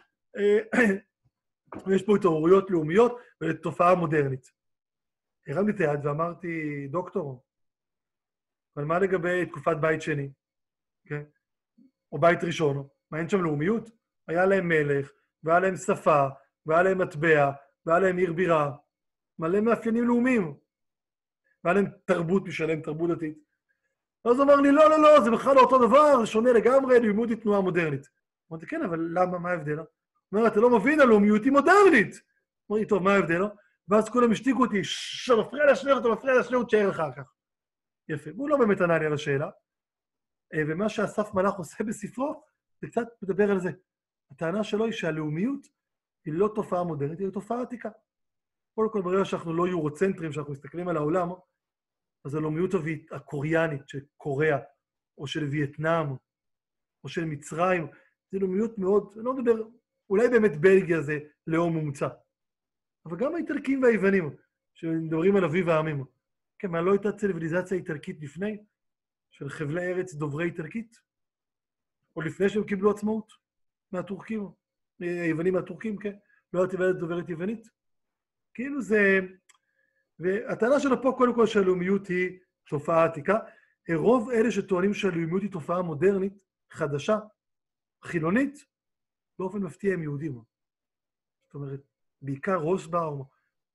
ויש פה התעוררויות לאומיות ולתופעה מודרנית. הרמתי את היד ואמרתי, דוקטור, אבל מה לגבי תקופת בית שני? כן? או בית ראשון? מה, אין שם לאומיות? היה להם מלך, והיה להם שפה, והיה להם מטבע, והיה להם עיר בירה. מלא מאפיינים לאומיים. והיה להם תרבות משלם, תרבות דתית. אז הוא אמר לי, לא, לא, לא, זה בכלל לא אותו דבר, זה שונה לגמרי, לאומיות היא תנועה מודרנית. אמרתי, כן, אבל למה, מה ההבדל? הוא אומר, אתה לא מבין, הלאומיות היא מודרנית. אמרתי, טוב, מה ההבדל? ואז כולם השתיקו אותי, שמפריע לשניות, אתה מפריע לשניות, תשאר אחר כך. יפה, והוא לא באמת ענה לי על השאלה. ומה שאסף מלאך עושה בספרו, זה קצת מדבר על זה. הטענה שלו היא שהלאומיות היא לא תופעה מודרנית, היא תופעה עתיקה. קודם כל, ברגע שאנחנו לא יורוצנטרים, שאנחנו מסתכלים על העולם, אז הלאומיות הקוריאנית של קוריאה, או של וייטנאם, או של מצרים, זו לאומיות מאוד, אני לא מדבר, אולי באמת בלגיה זה לאום מומצא. אבל גם האיטלקים והיוונים, שמדברים על אביב העמים. כן, מה, לא הייתה ציוויליזציה איטלקית לפני? של חבלי ארץ דוברי איטלקית? או לפני שהם קיבלו עצמאות? מהטורקים? היוונים מהטורקים, כן? לא הייתה ציוויליזציה דוברת יוונית? כאילו זה... והטענה שלו פה, קודם כל, שהלאומיות היא תופעה עתיקה. רוב אלה שטוענים שהלאומיות היא תופעה מודרנית, חדשה, חילונית, באופן מפתיע הם יהודים. זאת אומרת, בעיקר רוסבאום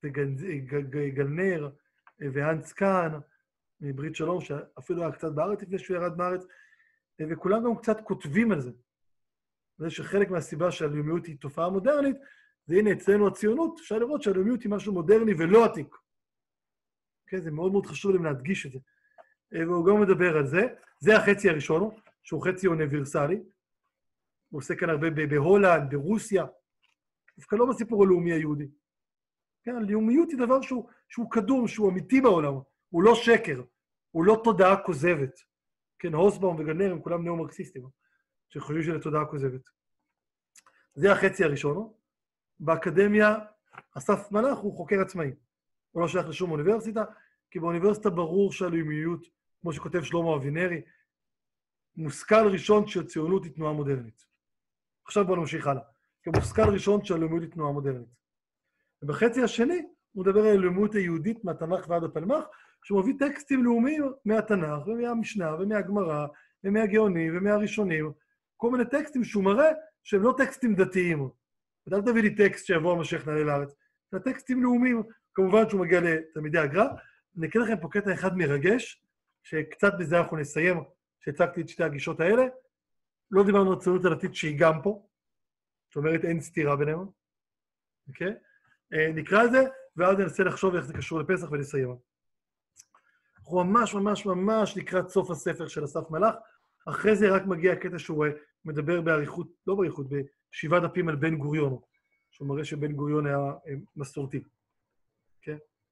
וגלנר והנץ קאן מברית שלום, שאפילו היה קצת בארץ לפני שהוא ירד מארץ, וכולם גם קצת כותבים על זה. זה שחלק מהסיבה שהלאומיות היא תופעה מודרנית, זה הנה אצלנו הציונות, אפשר לראות שהלאומיות היא משהו מודרני ולא עתיק. כן, זה מאוד מאוד חשוב להם להדגיש את זה. והוא גם מדבר על זה. זה החצי הראשון, שהוא חצי אוניברסלי. הוא עושה כאן הרבה בהולנד, ברוסיה. דווקא לא בסיפור הלאומי היהודי. כן, הלאומיות היא דבר שהוא, שהוא קדום, שהוא אמיתי בעולם. הוא לא שקר, הוא לא תודעה כוזבת. כן, הוסבאום וגלנר הם כולם נאו-מרקסיסטים, שחושבים שזה תודעה כוזבת. זה החצי הראשון. באקדמיה, אסף מלאך הוא חוקר עצמאי. הוא לא שייך לשום אוניברסיטה, כי באוניברסיטה ברור שהלאומיות, כמו שכותב שלמה אבינרי, מושכל ראשון שהציונות היא תנועה מודרנית. עכשיו בואו נמשיך הלאה. כי מושכל ראשון שהלאומיות היא תנועה מודרנית. ובחצי השני, הוא מדבר על הלאומיות היהודית מהתנ"ך ועד הפלמ"ח, שהוא מביא טקסטים לאומיים מהתנ"ך ומהמשנה ומהגמרא ומהגאונים ומהראשונים, כל מיני טקסטים שהוא מראה שהם לא טקסטים דתיים. ואל תביא לי טקסט שיבוא המשיח נעלה לארץ. זה טקסטים לאומיים, כמובן שהוא מגיע לתלמידי הגר"א. אני אקריא לכם פה קטע אחד מרגש, שקצת בזה אנחנו נסיים, שהצגתי את שתי הגישות האלה. לא דיברנו על הציונות הדתית שהיא גם פה, זאת אומרת אין סתירה ביניהם. אוקיי? נקרא את זה, ואז ננסה לחשוב איך זה קשור לפסח ונסיים. אנחנו ממש ממש ממש לקראת סוף הספר של אסף מלאך, אחרי זה רק מגיע הקטע שהוא מדבר בעריכות, לא בעריכות, בשבעה דפים על בן גוריון, שהוא מראה שבן גוריון היה מסורתי. כן?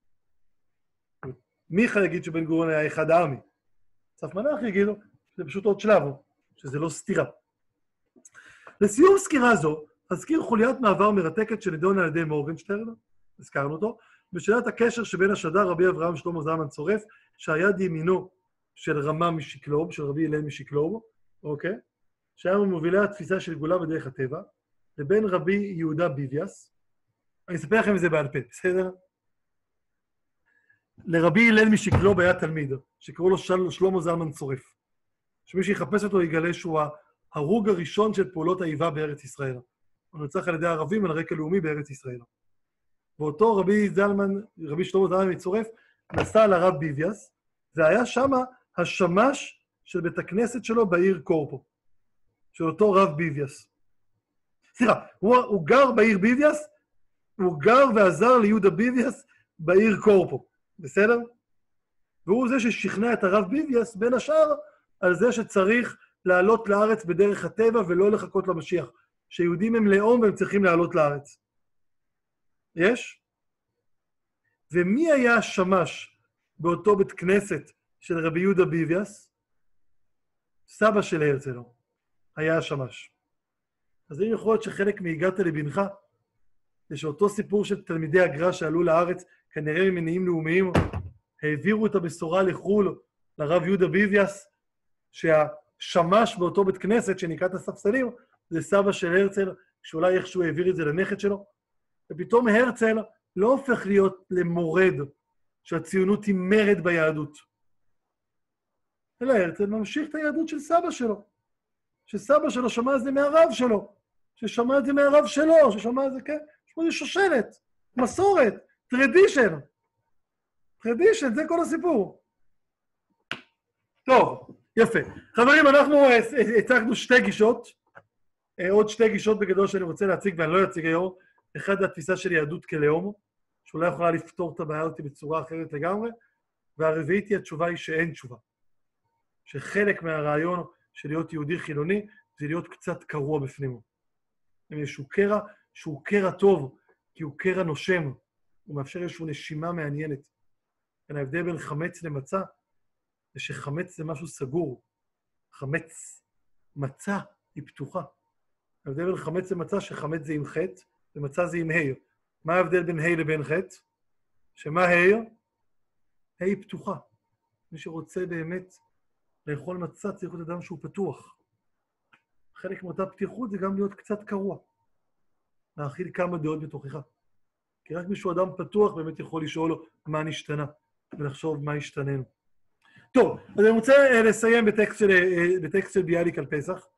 מיכה יגיד שבן גוריון היה אחד העמי. אסף מלאך יגידו, זה פשוט עוד שלב, שזה לא סתירה. לסיום סקירה זו, אזכיר חוליית מעבר מרתקת שנידונה על ידי מורגנשטרן, הזכרנו אותו, בשאלת הקשר שבין השדר רבי אברהם שלמה זלמן צורף, שהיד ימינו של רמה משיקלוב, של רבי הלל משיקלוב, אוקיי? שהיה ממובילי התפיסה של גאולה בדרך הטבע, לבין רבי יהודה ביביאס. אני אספר לכם את זה בעל פה, בסדר? לרבי הלל משיקלוב היה תלמיד, שקראו לו של... שלמה זלמן צורף. שמי שיחפש אותו יגלה שהוא ההרוג הראשון של פעולות האיבה בארץ ישראל. הוא נרצח על ידי הערבים על רקע לאומי בארץ ישראל. ואותו רבי זלמן, רבי שלמה זלמן מצורף, נסע לרב ביביאס, והיה שם השמש של בית הכנסת שלו בעיר קורפו, של אותו רב ביביאס. סליחה, הוא, הוא גר בעיר ביביאס, הוא גר ועזר ליהודה ביביאס בעיר קורפו, בסדר? והוא זה ששכנע את הרב ביביאס, בין השאר, על זה שצריך לעלות לארץ בדרך הטבע ולא לחכות למשיח, שיהודים הם לאום והם צריכים לעלות לארץ. יש? ומי היה השמש באותו בית כנסת של רבי יהודה ביביאס? סבא של הרצל היה השמש. אז אם יכול להיות שחלק מהגעת לבנך, זה שאותו סיפור של תלמידי הגר"א שעלו לארץ, כנראה ממניעים לאומיים, העבירו את הבשורה לחו"ל לרב יהודה ביביאס, שהשמש באותו בית כנסת שנקרא את הספסלים, זה סבא של הרצל, שאולי איכשהו העביר את זה לנכד שלו, ופתאום הרצל לא הופך להיות למורד שהציונות היא מרד ביהדות. אלא הרצל ממשיך את היהדות של סבא שלו, שסבא שלו שמע את זה מהרב שלו, ששמע את זה מהרב שלו, ששמע את זה, כן? יש פה איזה שושלת, מסורת, טרדישן. טרדישן, זה כל הסיפור. טוב, יפה. חברים, אנחנו הצגנו שתי גישות, עוד שתי גישות בגדול שאני רוצה להציג, ואני לא אציג היום. אחד, התפיסה של יהדות כלאום, שאולי יכולה לפתור את הבעיה אותי בצורה אחרת לגמרי, והרביעית היא התשובה היא שאין תשובה. שחלק מהרעיון של להיות יהודי חילוני, זה להיות קצת קרוע בפנימו. איזשהו קרע, שהוא קרע טוב, כי הוא קרע נושם, הוא מאפשר איזושהי נשימה מעניינת. כן, ההבדל בין חמץ למצה, זה שחמץ זה משהו סגור. חמץ, מצה היא פתוחה. ההבדל בין חמץ למצה, שחמץ זה עם חטא, ומצה זה עם ה'. מה ההבדל בין ה' לבין חטא? שמה ה'? ה' היא פתוחה. מי שרוצה באמת לאכול מצה צריך להיות אדם שהוא פתוח. חלק מאותה פתיחות זה גם להיות קצת קרוע. להכיל כמה דעות בתוכך. כי רק מישהו אדם פתוח באמת יכול לשאול לו מה נשתנה, ולחשוב מה השתננו. טוב, אז אני רוצה לסיים בטקסט של, בטקסט של ביאליק על פסח,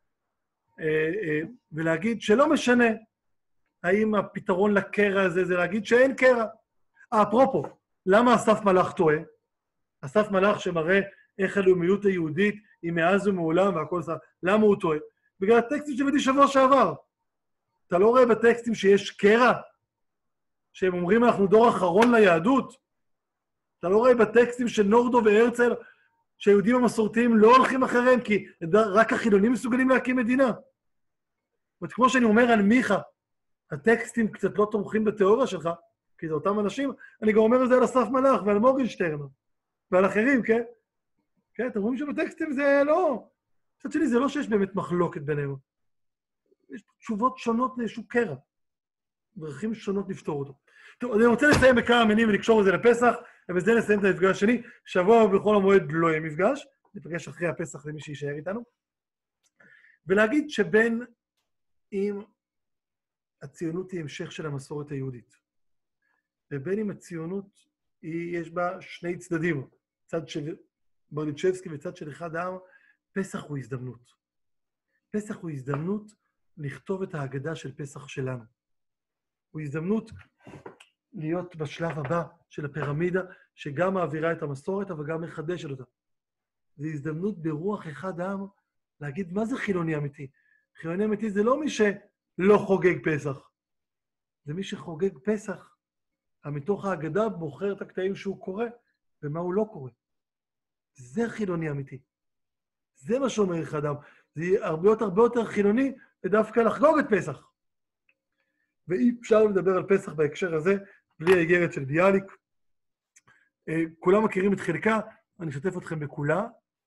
ולהגיד שלא משנה האם הפתרון לקרע הזה זה להגיד שאין קרע. אפרופו, למה אסף מלאך טועה? אסף מלאך שמראה איך הלאומיות היהודית היא מאז ומעולם והכל עשה, למה הוא טועה? בגלל הטקסטים שהבאתי שבוע שעבר. אתה לא רואה בטקסטים שיש קרע? שהם אומרים אנחנו דור אחרון ליהדות? אתה לא רואה בטקסטים של נורדו והרצל שהיהודים המסורתיים לא הולכים אחריהם כי רק החילונים מסוגלים להקים מדינה? זאת כמו שאני אומר על מיכה, הטקסטים קצת לא תומכים בתיאוריה שלך, כי זה אותם אנשים, אני גם אומר את זה על אסף מלאך ועל מורגנשטרן ועל אחרים, כן? כן, אתם רואים שבטקסטים זה לא... קצת שלי זה לא שיש באמת מחלוקת בינינו. יש תשובות שונות לאיזשהו קרע. דרכים שונות לפתור אותו. טוב, אני רוצה לסיים בכמה מילים ולקשור את זה לפסח, ובזה נסיים את המפגש השני. שבוע בכל המועד לא יהיה מפגש, נפגש אחרי הפסח למי שישאר איתנו. ולהגיד שבין אם הציונות היא המשך של המסורת היהודית, ובין אם הציונות היא, יש בה שני צדדים, צד של ברדיצ'בסקי וצד של אחד העם, פסח הוא הזדמנות. פסח הוא הזדמנות לכתוב את ההגדה של פסח שלנו. הוא הזדמנות להיות בשלב הבא של הפירמידה, שגם מעבירה את המסורת, אבל גם מחדשת אותה. זו הזדמנות ברוח אחד העם להגיד מה זה חילוני אמיתי. חילוני אמיתי זה לא מי שלא חוגג פסח. זה מי שחוגג פסח, מתוך ההגדה בוחר את הקטעים שהוא קורא, ומה הוא לא קורא. זה חילוני אמיתי. זה מה שאומר אחד העם. זה הרבה יותר, הרבה יותר חילוני, ודווקא לחגוג את פסח. ואי אפשר לדבר על פסח בהקשר הזה, בלי האיגרת של ביאליק. כולם מכירים את חלקה, אני אשתף אתכם בכולה.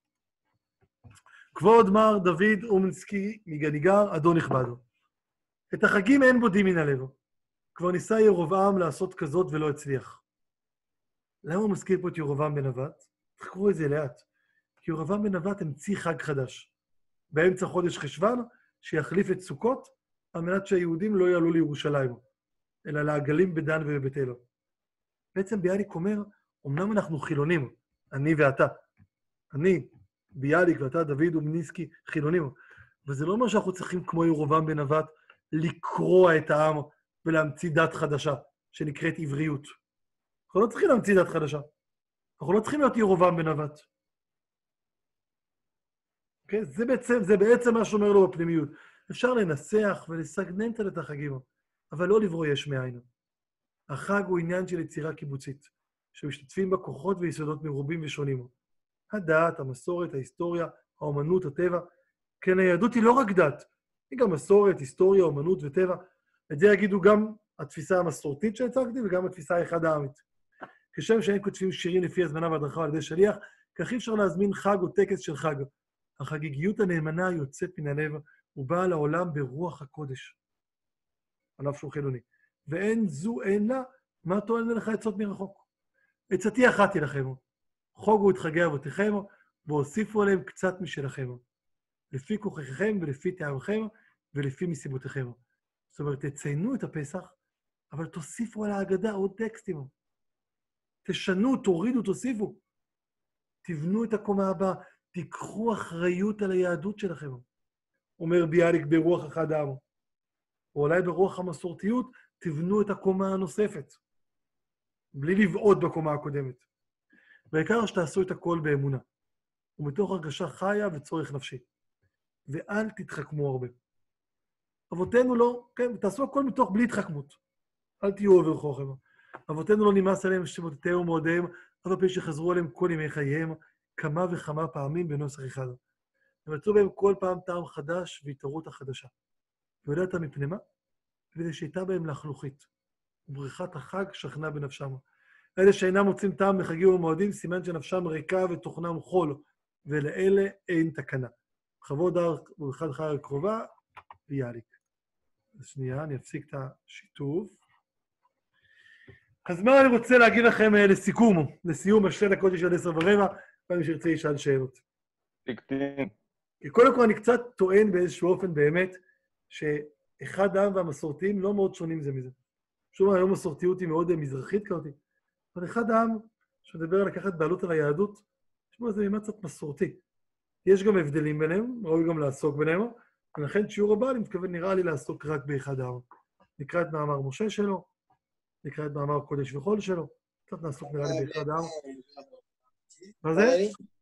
כבוד מר דוד אומנסקי מגניגר, אדון נכבדו. את החגים אין בודים מן הלב. כבר ניסה ירובעם לעשות כזאת ולא הצליח. למה הוא מזכיר פה את ירובעם בן נבט? תחקרו את זה לאט. כי ירובעם בן נבט המציא חג חדש. באמצע חודש חשוון, שיחליף את סוכות, על מנת שהיהודים לא יעלו לירושלים, אלא לעגלים בדן ובבית אל. בעצם ביאליק אומר, אמנם אנחנו חילונים, אני ואתה. אני, ביאליק ואתה, דוד אומנסקי, חילונים. וזה לא אומר שאנחנו צריכים, כמו ירובעם בן נבט, לקרוע את העם ולהמציא דת חדשה, שנקראת עבריות. אנחנו לא צריכים להמציא דת חדשה. אנחנו לא צריכים להיות ירובעם בן נבט. Okay? זה בעצם, זה בעצם מה שאומר לו בפנימיות. אפשר לנסח ולסגנן קצת את החגים, אבל לא לברוא יש מאין. החג הוא עניין של יצירה קיבוצית, שמשתתפים בה כוחות ויסודות מרובים ושונים. הדת, המסורת, ההיסטוריה, האומנות, הטבע. כן, היהדות היא לא רק דת, היא גם מסורת, היסטוריה, אומנות וטבע. את זה יגידו גם התפיסה המסורתית שהצגתי וגם התפיסה האחד העמית. כשם שהם כותבים שירים לפי הזמנה והדרכה על ידי שליח, כך אי אפשר להזמין חג או טקס של חג. החגיגיות הנאמנה יוצאת מן הלב ובאה לעולם ברוח הקודש. עליו שהוא חילוני. ואין זו אין לה, מה טוען לך עצות מרחוק? עצתי אחת היא לכם. חוגו את חגי אבותיכם, והוסיפו עליהם קצת משלכם. לפי כוחכם ולפי תאמכם ולפי מסיבותיכם. זאת אומרת, תציינו את הפסח, אבל תוסיפו על ההגדה עוד טקסטים. תשנו, תורידו, תוסיפו. תבנו את הקומה הבאה, תיקחו אחריות על היהדות שלכם. אומר ביאליק ברוח אחד העם. או אולי ברוח המסורתיות, תבנו את הקומה הנוספת. בלי לבעוד בקומה הקודמת. בעיקר שתעשו את הכל באמונה. ומתוך הרגשה חיה וצורך נפשי. ואל תתחכמו הרבה. אבותינו לא, כן, תעשו הכל מתוך בלי התחכמות. אל תהיו עובר חוכם. אבותינו לא נמאס עליהם שמותיהם ומועדיהם, אבל פי שחזרו עליהם כל ימי חייהם, כמה וכמה פעמים בנוסח אחד. ומצאו בהם כל פעם טעם חדש והתערות החדשה. ויודעת מפני מה? וזה שהייתה בהם לחלוכית. ובריחת החג שכנה בנפשם. אלה שאינם מוצאים טעם בחגים ומועדים, סימן שנפשם ריקה ותוכנם חול, ולאלה אין תקנה. חוות דעת ובחד חג הקרובה, ביאליק. אז שנייה, אני אפסיק את השיתוף. אז מה אני רוצה להגיד לכם לסיכום, לסיום השתי דקות של עשר ורבע, ואני שירצה ישאל שאלות. תקטין. כי קודם כל אני קצת טוען באיזשהו אופן באמת, שאחד העם והמסורתיים לא מאוד שונים זה מזה. שוב, היום מסורתיות היא מאוד מזרחית כאותי, אבל אחד העם שמדבר על לקחת בעלות על היהדות, שמו זה ממד קצת מסורתי. יש גם הבדלים ביניהם, ראוי גם לעסוק ביניהם, ולכן שיעור הבא אני מתכוון נראה לי לעסוק רק באחד העם. נקרא את מאמר משה שלו, נקרא את מאמר קודש וחול שלו, קצת נעסוק נראה לי באחד העם. מה זה?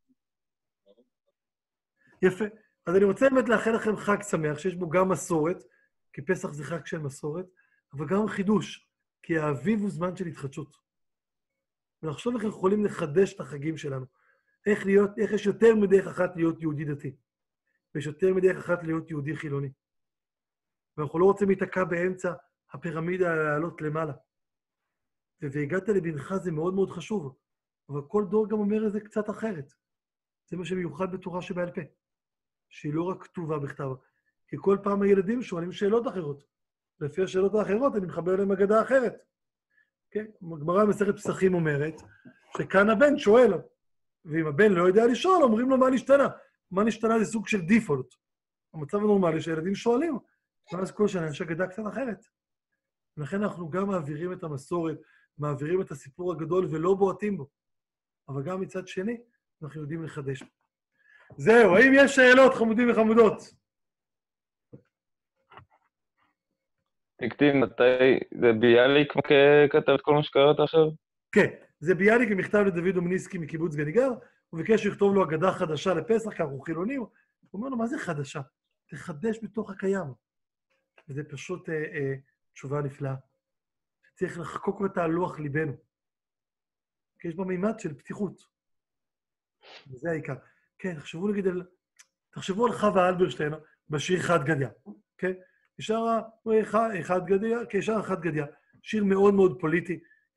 יפה. אז אני רוצה באמת לאחל לכם חג שמח, שיש בו גם מסורת, כי פסח זה חג של מסורת, אבל גם חידוש, כי האביב הוא זמן של התחדשות. ולחשוב איך יכולים לחדש את החגים שלנו. איך להיות, איך יש יותר מדרך אחת להיות יהודי דתי. ויש יותר מדרך אחת להיות יהודי חילוני. ואנחנו לא רוצים להתעקע באמצע הפירמידה לעלות למעלה. והגעת לבנך זה מאוד מאוד חשוב, אבל כל דור גם אומר את זה קצת אחרת. זה מה שמיוחד בתורה שבעל פה. שהיא לא רק כתובה בכתב, כי כל פעם הילדים שואלים שאלות אחרות. לפי השאלות האחרות אני מחבר להם אגדה אחרת. כן? הגמרא במסכת פסחים אומרת שכאן הבן שואל, ואם הבן לא יודע לשאול, אומרים לו מה נשתנה. מה נשתנה זה סוג של דיפולט. המצב הנורמלי שהילדים שואלים, ואז כל שנה יש אגדה קצת אחרת. ולכן אנחנו גם מעבירים את המסורת, מעבירים את הסיפור הגדול ולא בועטים בו. אבל גם מצד שני, אנחנו יודעים לחדש. זהו, האם יש שאלות, חמודים וחמודות? תקטין, מתי זה ביאליק כתב את כל מה שקראת עכשיו? כן, זה ביאליק במכתב לדוד אומנסקי מקיבוץ גניגר, הוא ביקש לכתוב לו אגדה חדשה לפסח, כי אנחנו חילונים. הוא אומר לו, מה זה חדשה? תחדש בתוך הקיים. וזה פשוט אה, אה, תשובה נפלאה. צריך לחקוק אותה על לוח ליבנו. כי יש בה מימד של פתיחות. וזה העיקר. כן, תחשבו נגיד על... תחשבו על חווה אלברשטיין בשיר חד גדיא. כן? ישר אחד גדיא, כן, ישר חד גדיא. שיר מאוד מאוד פוליטי.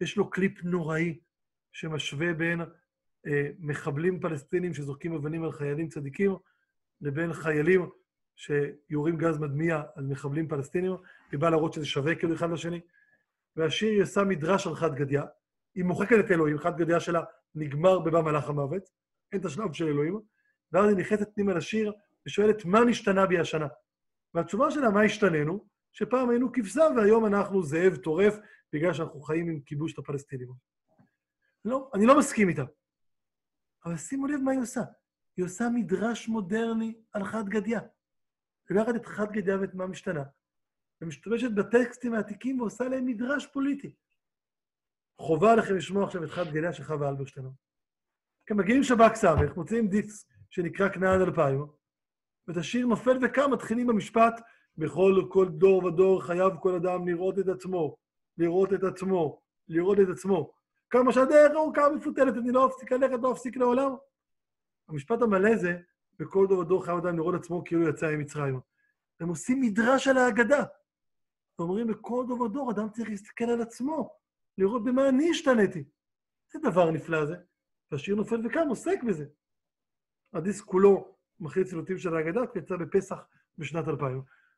יש לו קליפ נוראי שמשווה בין אה, מחבלים פלסטינים שזורקים אבנים על חיילים צדיקים, לבין חיילים שיורים גז מדמיע על מחבלים פלסטינים, היא באה להראות שזה שווה כאילו אחד לשני. והשיר היא עושה מדרש על חד גדיא, היא מוחקת את אלוהים, חד גדיא שלה נגמר בבא מלאך המוות, אין את השלב של אלוהים, ואז היא נכנסת פנימה לשיר ושואלת מה נשתנה בי השנה. והתשובה שלה, מה השתננו? שפעם היינו כבשה והיום אנחנו זאב טורף, בגלל שאנחנו חיים עם כיבוש את הפלסטינים. לא, אני לא מסכים איתה. אבל שימו לב מה היא עושה. היא עושה מדרש מודרני על חד גדיא. היא לוקחת את חד גדיא ואת מה משתנה, ומשתמשת בטקסטים העתיקים ועושה להם מדרש פוליטי. חובה עליכם לשמוע עכשיו את חד גדיא של חווה אלברשטיין. כי מגיעים שב"כ סמך, מוצאים דיסק שנקרא כנען אלפיים, ואת השיר נופל וקם, מתחילים במשפט, בכל כל דור ודור חייב כל אדם לראות את עצמו, לראות את עצמו, לראות את עצמו. כמה שהדרך ארוכה מפותלת, אני לא אפסיק ללכת, לא אפסיק לעולם. המשפט המלא זה, בכל דור ודור חייב אדם לראות את עצמו כאילו יצא ממצרים. הם עושים מדרש על ההגדה. ואומרים, בכל דור ודור אדם צריך להסתכל על עצמו, לראות במה אני השתניתי. זה דבר נפלא זה. והשיר נופל וקם עוסק בזה. הדיסק כולו מכיל צילותים של ההגדה, יצא בפסח בשנת אלפיים.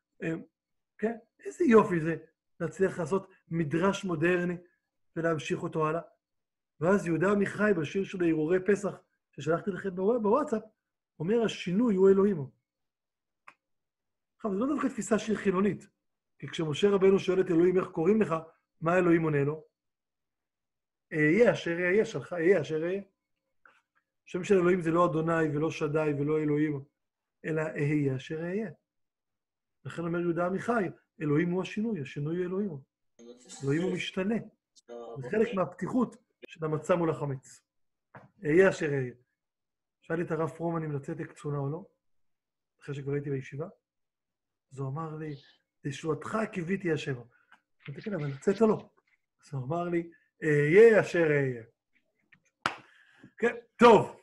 כן? איזה יופי זה להצליח לעשות מדרש מודרני ולהמשיך אותו הלאה. ואז יהודה עמיחי בשיר של הרהורי פסח, ששלחתי לכם בוואטסאפ, אומר, השינוי הוא אלוהים. עכשיו, זה לא דווקא תפיסה שיר חילונית, כי כשמשה רבנו שואל את אלוהים איך קוראים לך, מה אלוהים עונה לו? אהיה אשר אהיה, שלך אהיה אשר אהיה. השם של אלוהים זה לא אדוני ולא שדי ולא אלוהים, אלא אהיה אשר אהיה. לכן אומר יהודה עמיחי, אלוהים הוא השינוי, השינוי הוא אלוהים. אלוהים הוא משתנה. זה חלק מהפתיחות של המצע מול החמץ. אהיה אשר אהיה. שאלתי את הרב פרומן אם לצאת לקצונה או לא, אחרי שכבר הייתי בישיבה, אז הוא אמר לי, תשועתך קיוויתי השם. אמרתי, כן, אבל לצאת או לא? אז הוא אמר לי, אהיה אשר אהיה. כן, טוב.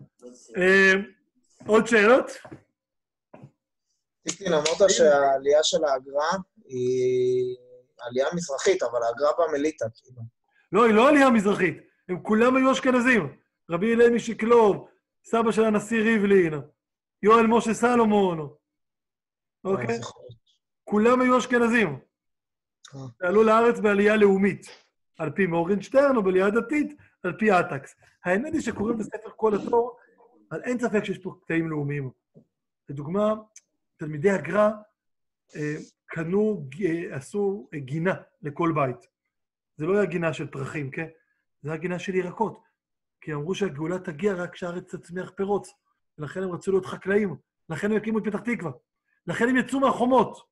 עוד שאלות? טיפין, אמרת שהעלייה של האגרה היא עלייה מזרחית, אבל האגרה במליטה, כאילו. לא, היא לא עלייה מזרחית. הם כולם היו אשכנזים. רבי אלי משקלוב, סבא של הנשיא ריבלין, יואל משה סלומון. אוקיי? כולם היו אשכנזים. עלו לארץ בעלייה לאומית, על פי מורגנשטרן, או בעלייה דתית, על פי אטקס. האמת היא שקוראים בספר כל התור, אבל אין ספק שיש פה קטעים לאומיים. לדוגמה, תלמידי הגר"א קנו, עשו גינה לכל בית. זה לא היה גינה של פרחים, כן? זה היה גינה של ירקות. כי אמרו שהגאולה תגיע רק כשהארץ תצמיח פירות. ולכן הם רצו להיות חקלאים. לכן הם הקימו את פתח תקווה. לכן הם יצאו מהחומות.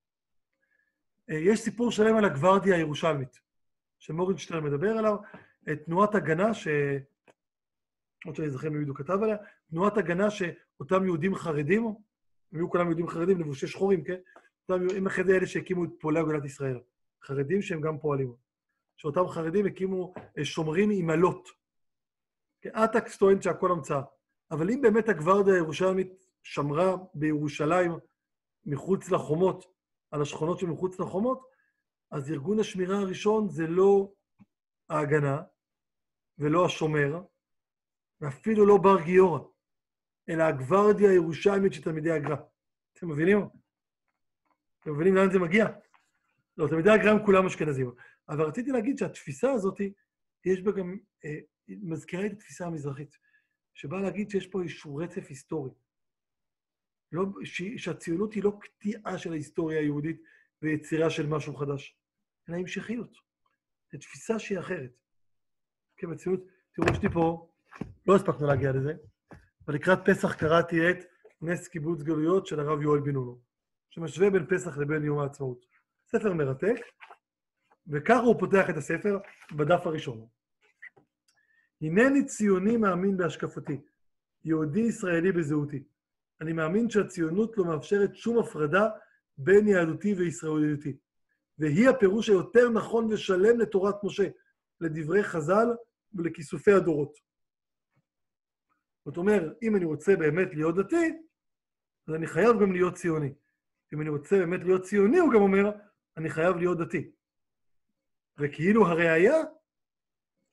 יש סיפור שלם על הגוורדיה הירושלמית, שמורגנשטרן מדבר עליו, תנועת הגנה, ש... עוד שאני זוכר מי כתב עליה, תנועת הגנה שאותם יהודים חרדים, הם היו כולם יהודים חרדים, לבושי שחורים, כן? הם אחרי זה אלה שהקימו את פועלי אגודת ישראל. חרדים שהם גם פועלים. שאותם חרדים הקימו שומרים עם עלות. אטקס טוען שהכל המצאה. אבל אם באמת הגוורדיה הירושלמית שמרה בירושלים מחוץ לחומות, על השכונות שמחוץ לחומות, אז ארגון השמירה הראשון זה לא ההגנה, ולא השומר, ואפילו לא בר גיורא, אלא הגוורדיה הירושלמית של תלמידי הגר"א. אתם מבינים? אתם מבינים לאן זה מגיע? לא, תלמידי הגר"א הם כולם אשכנזים. אבל רציתי להגיד שהתפיסה הזאת, יש בה גם, אה, מזכירה את התפיסה המזרחית, שבאה להגיד שיש פה איזשהו רצף היסטורי. לא, ש, שהציונות היא לא קטיעה של ההיסטוריה היהודית ויצירה של משהו חדש, אלא המשכיות. זו תפיסה שהיא אחרת. כן, בציונות, תראו, יש לי פה, לא הספקנו להגיע לזה, אבל לקראת פסח קראתי את נס קיבוץ גלויות של הרב יואל בן נונו, שמשווה בין פסח לבין יום העצמאות. ספר מרתק, וככה הוא פותח את הספר בדף הראשון. הנני ציוני מאמין בהשקפתי, יהודי ישראלי בזהותי. אני מאמין שהציונות לא מאפשרת שום הפרדה בין יהדותי וישראליותי. והיא הפירוש היותר נכון ושלם לתורת משה, לדברי חז"ל ולכיסופי הדורות. זאת אומרת, אם אני רוצה באמת להיות דתי, אז אני חייב גם להיות ציוני. אם אני רוצה באמת להיות ציוני, הוא גם אומר, אני חייב להיות דתי. וכאילו הראיה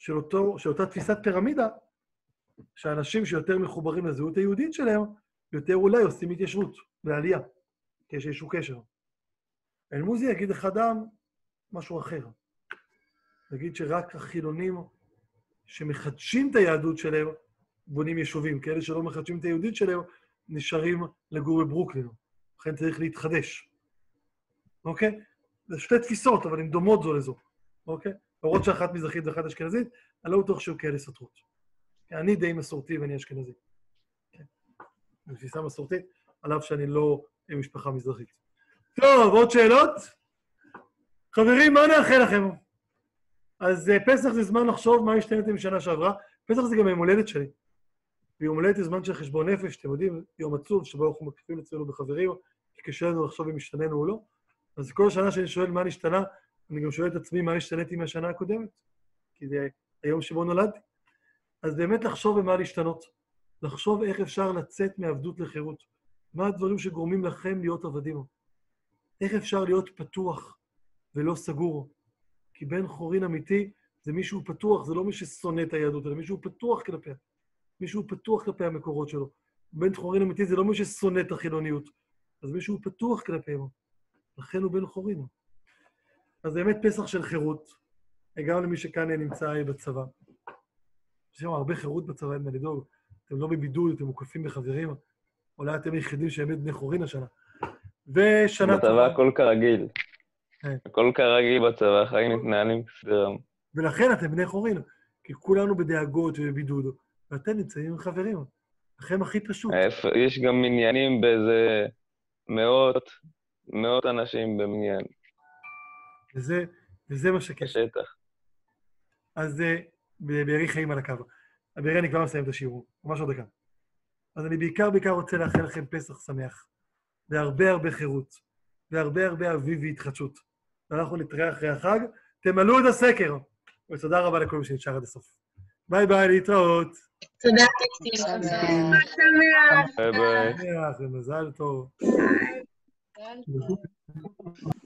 של, אותו, של אותה תפיסת פירמידה, שאנשים שיותר מחוברים לזהות היהודית שלהם, יותר אולי עושים התיישבות ועלייה, כי יש איזשהו קשר. אל-מוזי יגיד לך אדם משהו אחר. נגיד שרק החילונים שמחדשים את היהדות שלהם בונים יישובים, כאלה שלא מחדשים את היהודית שלהם נשארים לגור בברוקלין. לכן צריך להתחדש. אוקיי? זה שתי תפיסות, אבל הן דומות זו לזו. אוקיי? למרות שאחת מזרחית ואחת אשכנזית, אני לא בטוח שהיו כאלה סותרות. אני די מסורתי ואני אשכנזי. כן. זו תפיסה מסורתית, על אף שאני לא משפחה מזרחית. טוב, עוד שאלות? חברים, מה נאחל לכם? אז פסח זה זמן לחשוב מה השתנתם בשנה שעברה. פסח זה גם יום הולדת שלי. ויום הולדת זה זמן של חשבון נפש, אתם יודעים, יום עצוב, שבו אנחנו מקפיאים אצלנו בחברים, כי קשה לנו לחשוב אם השתננו או לא. אז כל השנה שאני שואל מה נשתנה, אני גם שואל את עצמי מה השתניתי מהשנה הקודמת, כי זה היום שבו נולדתי. אז באמת לחשוב במה להשתנות. לחשוב איך אפשר לצאת מעבדות לחירות. מה הדברים שגורמים לכם להיות עבדים? איך אפשר להיות פתוח ולא סגור? כי בן חורין אמיתי זה מישהו פתוח, זה לא מי ששונא את היהדות, אלא מישהו פתוח כלפיה. מישהו פתוח כלפי המקורות שלו. בן חורין אמיתי זה לא מי ששונא את החילוניות, אז מישהו פתוח כלפיהם. לכן הוא בן חורין. אז באמת פסח של חירות, גם למי שכאן נמצא בצבא. יש שם הרבה חירות בצבא, אין מה לדאוג. אתם לא בבידוד, אתם מוקפים בחברים. אולי אתם היחידים שבאמת בני חורין השנה. ושנה... בצבא הכל כרגיל. הכל כרגיל בצבא, החיים מתנהלים בסדרם. ולכן אתם בני חורין, כי כולנו בדאגות ובבידוד, ואתם נמצאים עם חברים. לכם הכי פשוט. יש גם מניינים באיזה מאות, מאות אנשים במניין. וזה, וזה מה שקש. בשטח. אז בערי חיים על הקו. בערי אני כבר מסיים את השיעור, ממש עוד דקה. אז אני בעיקר בעיקר רוצה לאחל לכם פסח שמח, והרבה הרבה חירות, והרבה הרבה אביב והתחדשות. ואנחנו נתראה אחרי החג, תמלאו את הסקר. ותודה רבה לכל מי שנשאר עד הסוף. ביי ביי, להתראות. תודה, טקסטיל. ביי ביי. מזל טוב.